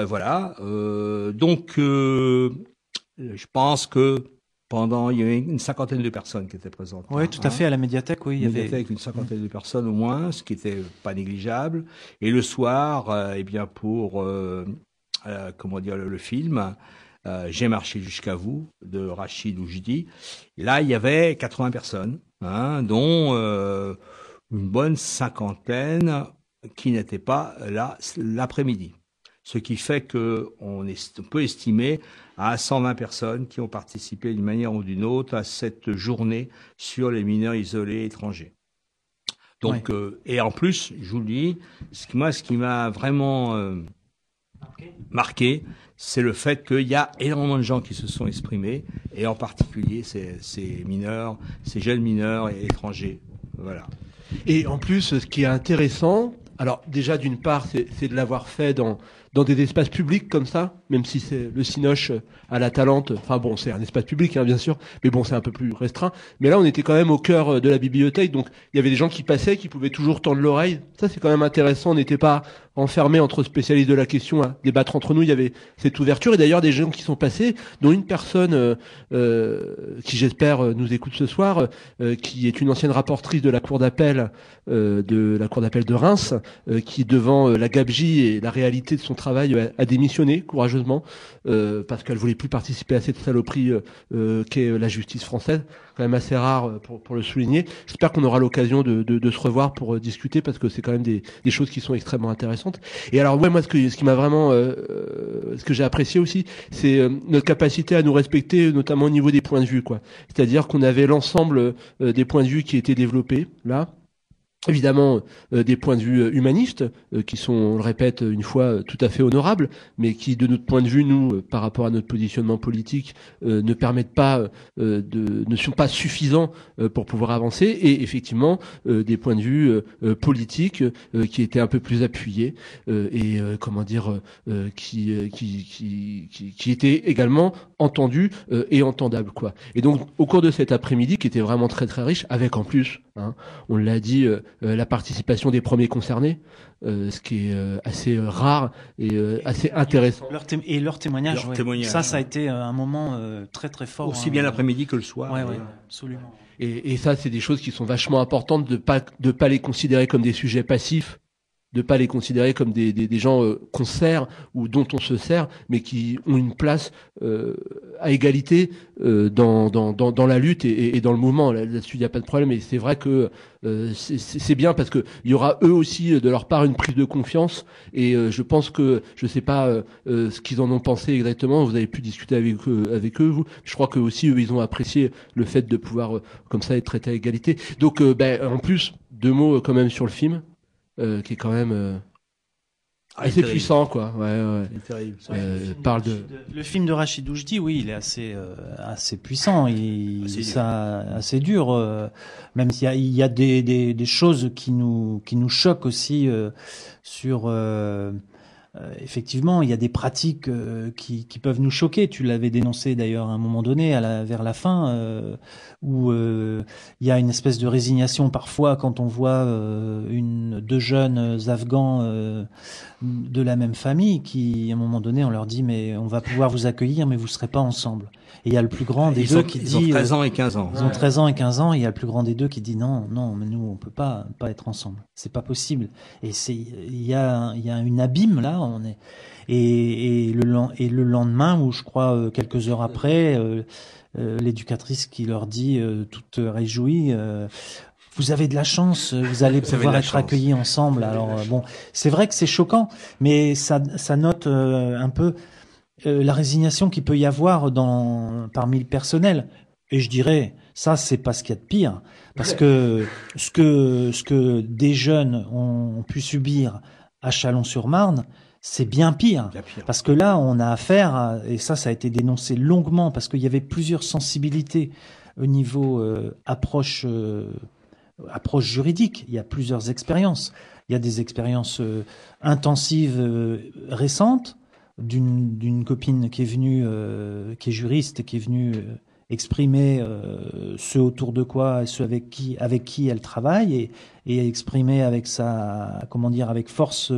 Donc je pense que il y avait une cinquantaine de personnes qui étaient présentes. Oui, tout à fait, à la médiathèque, oui. Il y avait une cinquantaine de personnes au moins, ce qui était pas négligeable. Et le soir, pour, le film, J'ai marché jusqu'à vous, de Rachid Oujdi. Là, il y avait 80 personnes, dont une bonne cinquantaine qui n'étaient pas là l'après-midi. Ce qui fait qu'on peut estimer à 120 personnes qui ont participé d'une manière ou d'une autre à cette journée sur les mineurs isolés étrangers. Donc, et en plus, je vous le dis, ce qui m'a vraiment marqué, c'est le fait qu'il y a énormément de gens qui se sont exprimés, et en particulier ces mineurs, ces jeunes mineurs et étrangers. Voilà. Et en plus, ce qui est intéressant, alors déjà d'une part, c'est de l'avoir fait dans des espaces publics comme ça, même si c'est le Cinoche à la Talente. Enfin bon, c'est un espace public, bien sûr, mais bon, c'est un peu plus restreint. Mais là, on était quand même au cœur de la bibliothèque, donc il y avait des gens qui passaient, qui pouvaient toujours tendre l'oreille. Ça, c'est quand même intéressant. On n'était pas enfermés entre spécialistes de la question à débattre entre nous. Il y avait cette ouverture, et d'ailleurs des gens qui sont passés, dont une personne qui, j'espère, nous écoute ce soir, qui est une ancienne rapportrice de la cour d'appel de Reims, qui devant la gabegie et la réalité de son travail a démissionné courageusement parce qu'elle voulait plus participer à cette saloperie qu'est la justice française, quand même assez rare pour le souligner. J'espère qu'on aura l'occasion de se revoir pour discuter, parce que c'est quand même des choses qui sont extrêmement intéressantes. Et alors moi ce qui m'a vraiment ce que j'ai apprécié aussi, c'est notre capacité à nous respecter, notamment au niveau des points de vue, quoi. C'est-à-dire qu'on avait l'ensemble des points de vue qui étaient développés là. évidemment des points de vue humanistes qui sont, on le répète une fois, tout à fait honorables, mais qui, de notre point de vue, nous, par rapport à notre positionnement politique, ne permettent pas, ne sont pas suffisants pour pouvoir avancer, et effectivement des points de vue politiques qui étaient un peu plus appuyés et comment dire, qui étaient également entendus et entendables, quoi. Et donc, au cours de cet après-midi, qui était vraiment très très riche, avec en plus, on l'a dit, la participation des premiers concernés, ce qui est assez rare et assez intéressant. Leur témoignage, ça a été un moment très très fort. Aussi bien l'après-midi que le soir. Ouais, absolument. Et ça, c'est des choses qui sont vachement importantes, de pas les considérer comme des sujets passifs, de pas les considérer comme des gens qu'on sert ou dont on se sert, mais qui ont une place à égalité dans la lutte et dans le mouvement. Là-dessus, il n'y a pas de problème. Et c'est vrai que c'est bien parce que il y aura eux aussi de leur part une prise de confiance. Et je pense que je sais pas ce qu'ils en ont pensé exactement. Vous avez pu discuter avec eux, vous. Je crois que aussi eux, ils ont apprécié le fait de pouvoir comme ça être traités à égalité. Donc, en plus, 2 mots quand même sur le film. Qui est quand même assez puissant, quoi. Ouais. C'est terrible. Parle de le film de Rachid Oujdi, oui, il est assez puissant, assez dur. Même s'il y a des choses qui nous choquent aussi sur. Effectivement, il y a des pratiques qui peuvent nous choquer. Tu l'avais dénoncé d'ailleurs à un moment donné, vers la fin, où il y a une espèce de résignation parfois quand on voit 2 jeunes Afghans de la même famille qui, à un moment donné, on leur dit mais on va pouvoir vous accueillir, mais vous serez pas ensemble. Et il y a le plus grand des deux qui dit... Ils ont 13 ans et 15 ans. Ils ont 13 ans et 15 ans, et il y a le plus grand des deux qui dit non, mais nous, on peut pas être ensemble. C'est pas possible. Et il y a une abîme, là, et le lendemain, ou je crois quelques heures après, l'éducatrice qui leur dit, toute réjouie, vous avez de la chance, vous allez pouvoir être accueillis ensemble. Alors bon, c'est vrai que c'est choquant, mais ça note un peu la résignation qu'il peut y avoir parmi le personnel. Et je dirais, ça, c'est pas ce qu'il y a de pire. Parce que ce que des jeunes ont pu subir à Chalon-sur-Marne, c'est bien pire. Parce que là, on a affaire et ça a été dénoncé longuement, parce qu'il y avait plusieurs sensibilités au niveau approche juridique. Il y a plusieurs expériences. Il y a des expériences intensives récentes, d'une copine qui est venue, qui est juriste, qui est venue exprimer ce autour de quoi, ce avec qui elle travaille, et exprimer avec avec force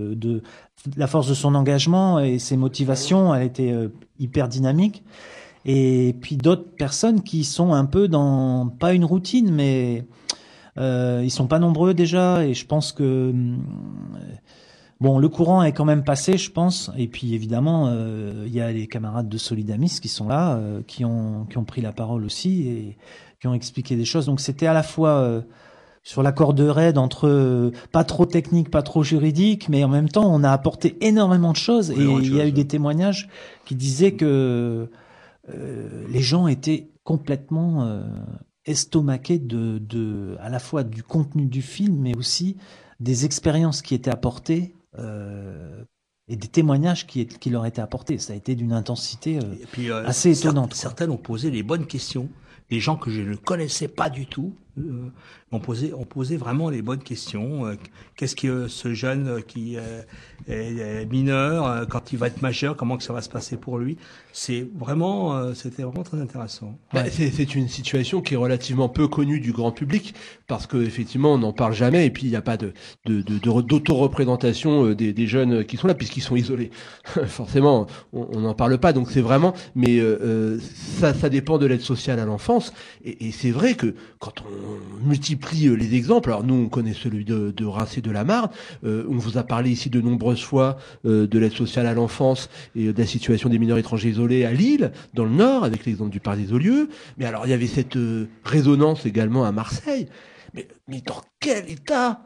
la force de son engagement et ses motivations. Elle était hyper dynamique. Et puis d'autres personnes qui sont un peu dans, pas une routine, mais ils sont pas nombreux déjà, et je pense que bon, le courant est quand même passé, je pense. Et puis évidemment, il y a les camarades de Solidamis qui sont là, qui ont pris la parole aussi et qui ont expliqué des choses. Donc c'était à la fois sur la corde raide entre pas trop technique, pas trop juridique, mais en même temps, on a apporté énormément de choses. Et il y a eu des témoignages qui disaient que les gens étaient complètement estomaqués à la fois du contenu du film, mais aussi des expériences qui étaient apportées et des témoignages qui leur étaient apportés. Ça a été d'une intensité assez étonnante. Certains ont posé les bonnes questions. Des gens que je ne connaissais pas du tout ont posé vraiment les bonnes questions. Qu'est-ce que ce jeune qui est mineur, quand il va être majeur, comment que ça va se passer pour lui? C'était vraiment très intéressant. Ouais. C'est une situation qui est relativement peu connue du grand public, parce que effectivement on n'en parle jamais, et puis il n'y a pas d'auto-représentation des jeunes qui sont là, puisqu'ils sont isolés. Forcément, on n'en parle pas, donc c'est vraiment. Mais ça dépend de l'aide sociale à l'enfance, et c'est vrai que quand on multiplie les exemples, alors nous on connaît celui de Reims et de la Marne, on vous a parlé ici de nombreuses fois de l'aide sociale à l'enfance et de la situation des mineurs étrangers isolés à Lille, dans le Nord, avec l'exemple du parc des Olieux. Mais alors il y avait cette résonance également à Marseille. Mais dans quel état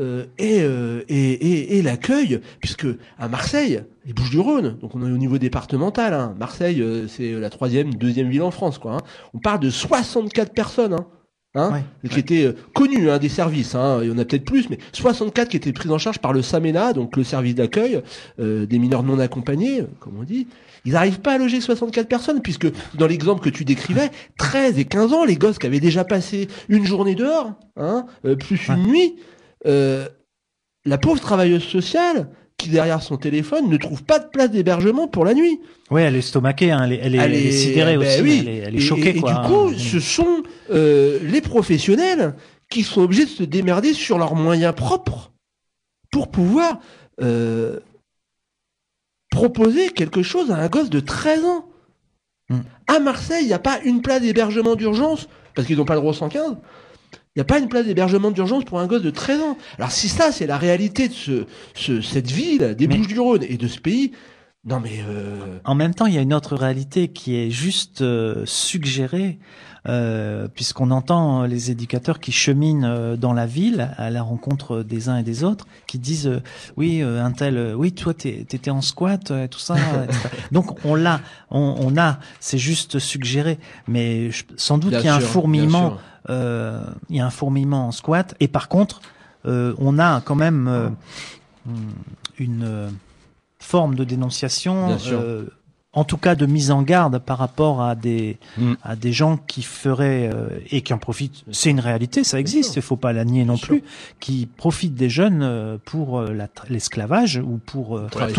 et l'accueil, puisque à Marseille, les Bouches-du-Rhône, donc on est au niveau départemental, hein. Marseille, c'est la 2e ville en France, quoi. Hein. On parle de 64 personnes, hein. qui étaient connus des services. Il y en a peut-être plus, mais 64 qui étaient pris en charge par le SAMENA, donc le service d'accueil des mineurs non accompagnés, comme on dit. Ils n'arrivent pas à loger 64 personnes, puisque dans l'exemple que tu décrivais, 13 et 15 ans, les gosses qui avaient déjà passé une journée dehors, plus une nuit, la pauvre travailleuse sociale, qui derrière son téléphone ne trouve pas de place d'hébergement pour la nuit. Oui, elle est estomaquée, elle est sidérée aussi, oui. elle est choquée. Et du coup, ce sont les professionnels qui sont obligés de se démerder sur leurs moyens propres pour pouvoir proposer quelque chose à un gosse de 13 ans. À Marseille, il n'y a pas une place d'hébergement d'urgence, parce qu'ils n'ont pas le droit au 115. Il n'y a pas une place d'hébergement d'urgence pour un gosse de 13 ans. Alors si ça, c'est la réalité de cette ville, des Bouches-du-Rhône et de ce pays, non mais... En même temps, il y a une autre réalité qui est juste suggérée, puisqu'on entend les éducateurs qui cheminent dans la ville à la rencontre des uns et des autres, qui disent oui, un tel, oui, toi t'étais en squat, tout ça. Etc. Donc on a, c'est juste suggéré, mais sans doute qu'il y a un fourmillement. Il y a un fourmillement en squat, et par contre, on a quand même une forme de dénonciation, en tout cas de mise en garde par rapport à des gens qui feraient et qui en profitent. C'est une réalité, ça existe, il faut pas la nier non plus, qui profitent des jeunes pour l'esclavage ou pour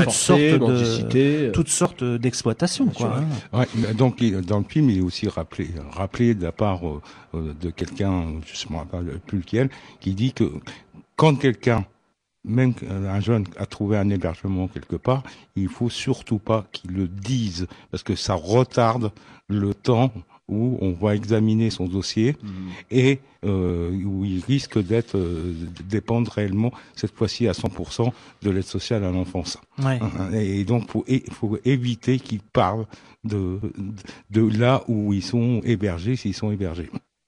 toutes sortes d'exploitation, quoi. Ouais, donc dans le film, il est aussi rappelé de la part de quelqu'un, je ne me rappelle plus lequel, qui dit que quand quelqu'un, même un jeune a trouvé un hébergement quelque part, il faut surtout pas qu'il le dise, parce que ça retarde le temps où on va examiner son dossier et où il risque d'être dépendre réellement cette fois-ci à 100% de l'aide sociale à l'enfance. Ouais. Et donc faut éviter qu'il parle de là où ils sont hébergés, s'ils sont hébergés.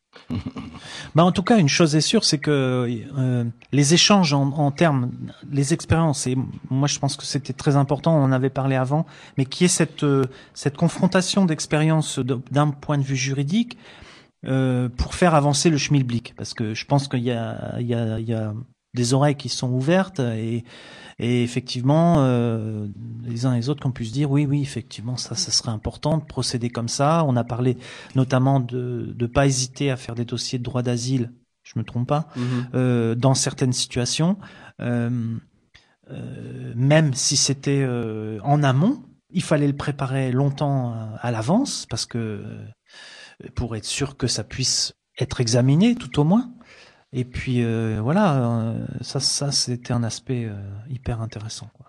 En tout cas, une chose est sûre, c'est que les échanges en termes, les expériences, et moi je pense que c'était très important, on en avait parlé avant, mais qui est cette confrontation d'expériences d'un point de vue juridique pour faire avancer le schmilblick, parce que je pense qu'il y a des oreilles qui sont ouvertes et effectivement les uns et les autres qu'on puisse dire oui effectivement ça serait important de procéder comme ça. On a parlé notamment de pas hésiter à faire des dossiers de droit d'asile, je me trompe pas, dans certaines situations, même si c'était en amont, il fallait le préparer longtemps à l'avance, parce que pour être sûr que ça puisse être examiné tout au moins. Et puis voilà, ça c'était un aspect hyper intéressant, quoi.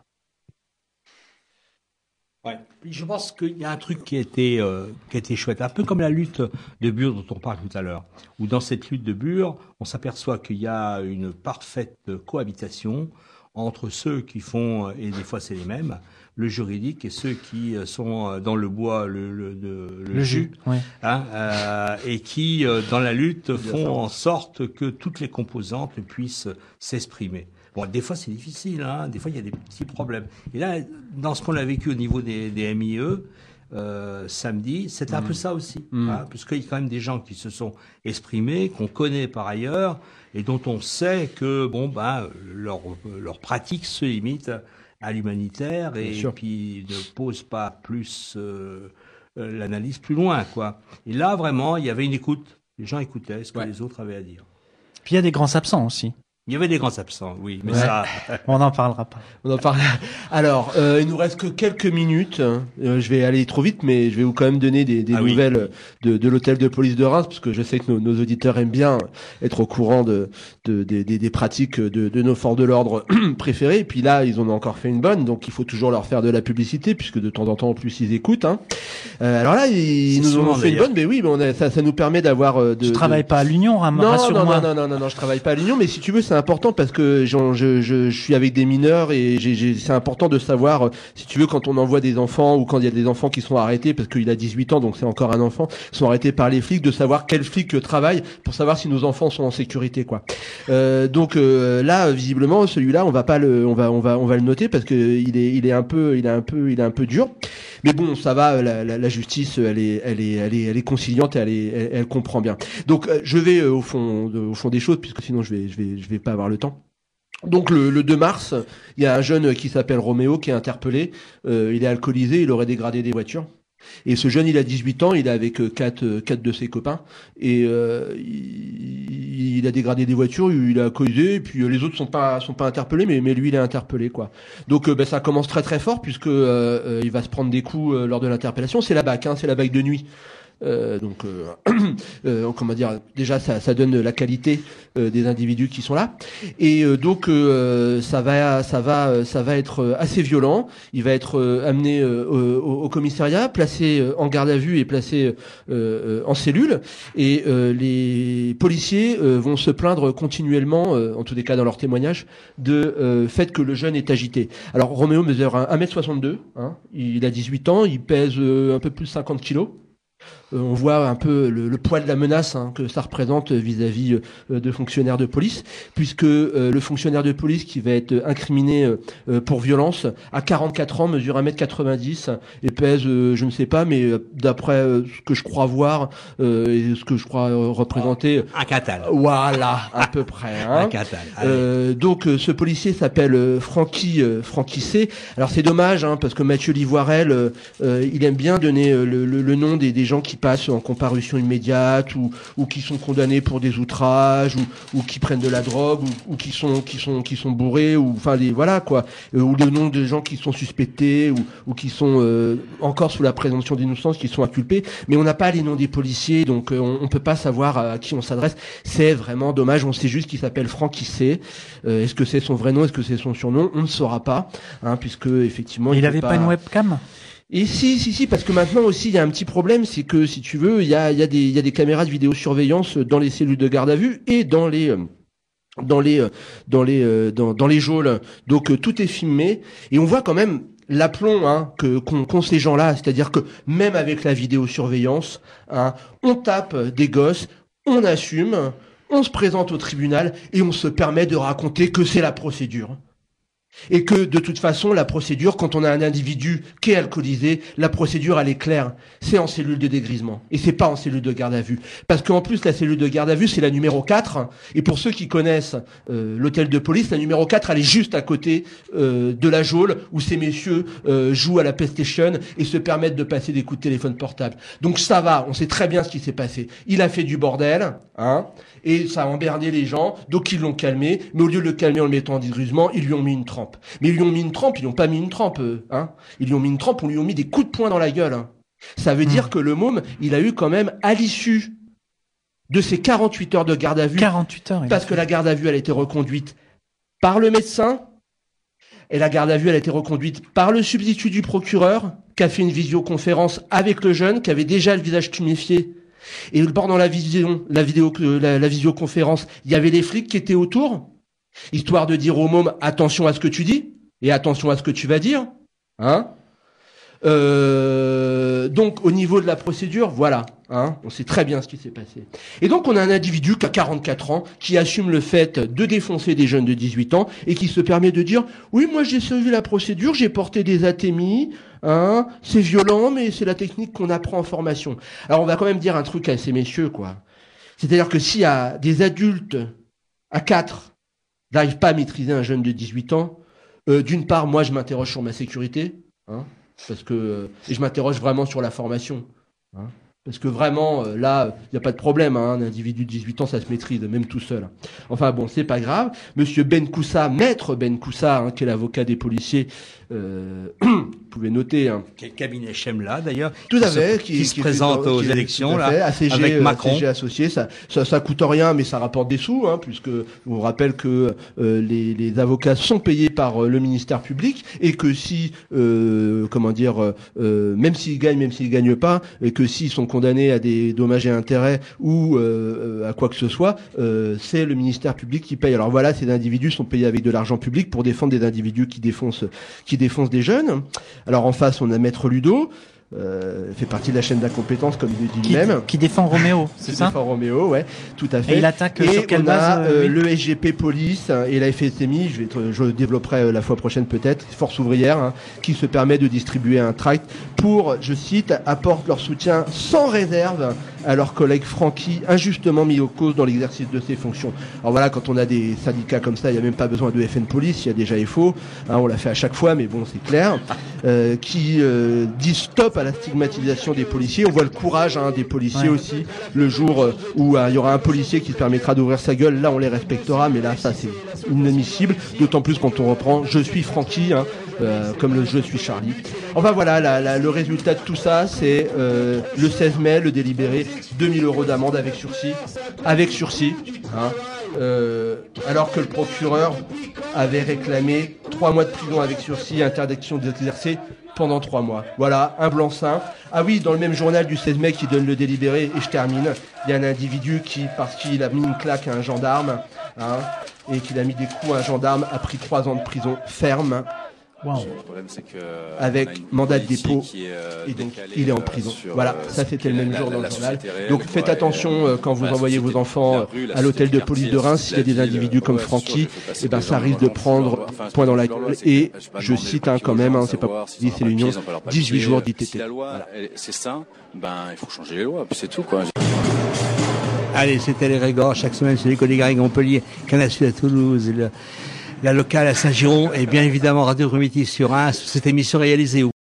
Ouais. Je pense qu'il y a un truc qui a été chouette, un peu comme la lutte de Bure dont on parle tout à l'heure, où dans cette lutte de Bure, on s'aperçoit qu'il y a une parfaite cohabitation entre ceux qui font, et des fois c'est les mêmes, le juridique et ceux qui sont dans le bois, le jus, oui. Et qui, dans la lutte, font en sorte que toutes les composantes puissent s'exprimer. Bon, des fois c'est difficile, des fois il y a des petits problèmes. Et là, dans ce qu'on a vécu au niveau des MIE, samedi, c'était un peu ça aussi, puisqu'il y a quand même des gens qui se sont exprimés, qu'on connaît par ailleurs, et dont on sait que leur pratique se limite à l'humanitaire et puis ne pose pas plus l'analyse plus loin, quoi. Et là, vraiment, il y avait une écoute. Les gens écoutaient ce que les autres avaient à dire. Puis il y a des grands absents aussi. Il y avait des grands absents, oui, mais ça... On n'en parlera pas. On en parle. Alors, il nous reste que quelques minutes. Je vais aller trop vite, mais je vais vous quand même donner des nouvelles de l'hôtel de police de Reims, parce que je sais que nos auditeurs aiment bien être au courant des pratiques de nos forces de l'ordre préférés. Et puis là, ils en ont encore fait une bonne, donc il faut toujours leur faire de la publicité, puisque de temps en temps, en plus, ils écoutent. Alors là, ils nous ont fait une bonne, mais oui, mais ça nous permet d'avoir... Tu travailles pas à l'Union, rassure-moi. Non, je travaille pas à l'Union, mais si tu veux, c'est important parce que je suis avec des mineurs et c'est important de savoir, si tu veux, quand on envoie des enfants ou quand il y a des enfants qui sont arrêtés, parce qu'il a 18 ans, donc c'est encore un enfant, sont arrêtés par les flics, de savoir quel flic travaille pour savoir si nos enfants sont en sécurité, quoi. Donc là, visiblement, celui-là, on va le noter parce que il est un peu dur. Mais bon, ça va, la justice, elle est conciliante, elle comprend bien. Donc, je vais au fond des choses, puisque sinon je vais pas avoir le temps. Donc le 2 mars, il y a un jeune qui s'appelle Roméo qui est interpellé. Il est alcoolisé, il aurait dégradé des voitures. Et ce jeune, il a 18 ans, il est avec quatre de ses copains, et il a dégradé des voitures, il a causé, et puis les autres sont pas interpellés, mais lui il est interpellé, quoi. Donc ça commence très très fort, puisque il va se prendre des coups lors de l'interpellation. C'est la BAC, c'est la BAC de nuit. Comment dire, déjà ça donne la qualité des individus qui sont là, et donc ça va être assez violent. Il va être amené au commissariat, placé en garde à vue et placé en cellule, et les policiers vont se plaindre continuellement, en tous les cas dans leur témoignage, de fait que le jeune est agité. Alors Roméo mesure 1m62, il a 18 ans, il pèse un peu plus de 50 kilos. On voit un peu le poids de la menace que ça représente vis-à-vis de fonctionnaires de police, puisque le fonctionnaire de police qui va être incriminé pour violence a 44 ans, mesure 1m90 et pèse, je ne sais pas, mais d'après ce que je crois voir et ce que je crois représenter... Un catal. Voilà, à peu près. Un catal. Donc ce policier s'appelle Francky C. Alors c'est dommage, parce que Mathieu Livoirel, il aime bien donner le nom des gens qui passent en comparution immédiate ou qui sont condamnés pour des outrages ou qui prennent de la drogue ou qui sont bourrés, ou enfin voilà quoi, ou le nom de gens qui sont suspectés ou qui sont encore sous la présomption d'innocence, qui sont inculpés, mais on n'a pas les noms des policiers, donc on peut pas savoir à qui on s'adresse. C'est vraiment dommage. On sait juste qu'il s'appelle Francky C. Est-ce que c'est son vrai nom, est-ce que c'est son surnom? On ne saura pas, puisque effectivement il avait pas une webcam. Et si, parce que maintenant aussi il y a un petit problème, c'est que si tu veux, il y a des caméras de vidéosurveillance dans les cellules de garde à vue et dans les geôles. Donc tout est filmé et on voit quand même l'aplomb qu'ont ces gens-là, c'est-à-dire que même avec la vidéosurveillance, on tape des gosses, on assume, on se présente au tribunal et on se permet de raconter que c'est la procédure. Et que de toute façon, la procédure, quand on a un individu qui est alcoolisé, la procédure elle est claire, c'est en cellule de dégrisement et c'est pas en cellule de garde à vue. Parce qu'en plus la cellule de garde à vue c'est la numéro 4, et pour ceux qui connaissent l'hôtel de police, la numéro 4 elle est juste à côté de la geôle où ces messieurs jouent à la PlayStation et se permettent de passer des coups de téléphone portable. Donc ça va, on sait très bien ce qui s'est passé. Il a fait du bordel, et ça a emmerdé les gens, donc ils l'ont calmé, mais au lieu de le calmer en le mettant en dégrisement, ils lui ont mis une trempe. Mais ils lui ont mis une trempe, ils lui ont pas mis une trempe, Ils lui ont mis une trempe, on lui a mis des coups de poing dans la gueule, Ça veut dire que le môme, il a eu quand même, à l'issue de ces 48 heures de garde à vue, 48 heures, parce que la garde à vue, elle a été reconduite par le médecin, et la garde à vue, elle a été reconduite par le substitut du procureur, qui a fait une visioconférence avec le jeune, qui avait déjà le visage tuméfié. Et pendant la visioconférence, il y avait les flics qui étaient autour, histoire de dire au môme, attention à ce que tu dis, et attention à ce que tu vas dire, donc au niveau de la procédure, voilà, on sait très bien ce qui s'est passé. Et donc on a un individu qui a 44 ans, qui assume le fait de défoncer des jeunes de 18 ans, et qui se permet de dire, oui, moi j'ai suivi la procédure, j'ai porté des atémies, c'est violent, mais c'est la technique qu'on apprend en formation. Alors on va quand même dire un truc à ces messieurs, quoi. C'est-à-dire que s'il y a des adultes à 4 n'arrive pas à maîtriser un jeune de 18 ans, d'une part, moi, je m'interroge sur ma sécurité, parce que et je m'interroge vraiment sur la formation, parce que vraiment, là, il n'y a pas de problème, un individu de 18 ans, ça se maîtrise, même tout seul. Enfin bon, c'est pas grave. Monsieur Benkoussa, maître Benkoussa, qui est l'avocat des policiers, vous pouvez noter. Quel cabinet Chemla d'ailleurs. Tout à fait. Qui se présente aux élections là, avec Macron. ACG associé, ça coûte rien, mais ça rapporte des sous, puisque on rappelle que les avocats sont payés par le ministère public, et que si, même s'ils gagnent pas, et que s'ils sont condamnés à des dommages et intérêts ou à quoi que ce soit, c'est le ministère public qui paye. Alors voilà, ces individus sont payés avec de l'argent public pour défendre des individus qui défoncent des jeunes. Alors en face, on a Maître Ludo. fait partie de la chaîne d'incompétence, comme il le dit lui-même. Qui défend Roméo, c'est ça? Qui défend Roméo, ouais, tout à fait. Et il attaque et sur quelle on base a le SGP Police et la FSMI, je développerai la fois prochaine peut-être, Force ouvrière, hein, qui se permet de distribuer un tract pour, je cite, apportent leur soutien sans réserve à leurs collègues franquis injustement mis aux causes dans l'exercice de ses fonctions. Alors voilà, quand on a des syndicats comme ça, il n'y a même pas besoin de FN Police, il y a déjà FO, hein, on l'a fait à chaque fois, mais bon, c'est clair, qui disent stop à la stigmatisation des policiers. On voit le courage des policiers aussi, le jour où il y aura un policier qui se permettra d'ouvrir sa gueule, là on les respectera, mais là ça c'est inadmissible, d'autant plus quand on reprend « Je suis Francky », comme le « Je suis Charlie ». Enfin voilà, le résultat de tout ça, c'est le 16 mai, le délibéré, 2000 € d'amende avec sursis, hein, alors que le procureur avait réclamé 3 mois de prison avec sursis et interdiction d'exercer pendant 3 mois. Voilà, un blanc-seing. Ah oui, dans le même journal du 16 mai qui donne le délibéré, et je termine, il y a un individu qui, parce qu'il a mis une claque à un gendarme, hein, et qu'il a mis des coups à un gendarme, a pris 3 ans de prison ferme. Wow. Le problème, c'est que avec mandat de dépôt, et donc il est en prison. Voilà, ça c'était le même jour dans le journal. Donc faites attention quand vous envoyez vos enfants à l'hôtel de police de Reims, s'il y a des individus comme Francky, et ben ça risque de prendre point dans la gueule. Et je cite quand même, c'est pas dit, c'est l'Union, 18 jours d'ITT. Si la loi, c'est ça, il faut changer les lois, puis c'est tout, quoi. Allez, c'était les Régors, chaque semaine sur les collègues à Montpellier, Canal Sud à Toulouse, la locale à Saint-Giron et bien évidemment Radio Primitive sur Reims. Cette émission réalisée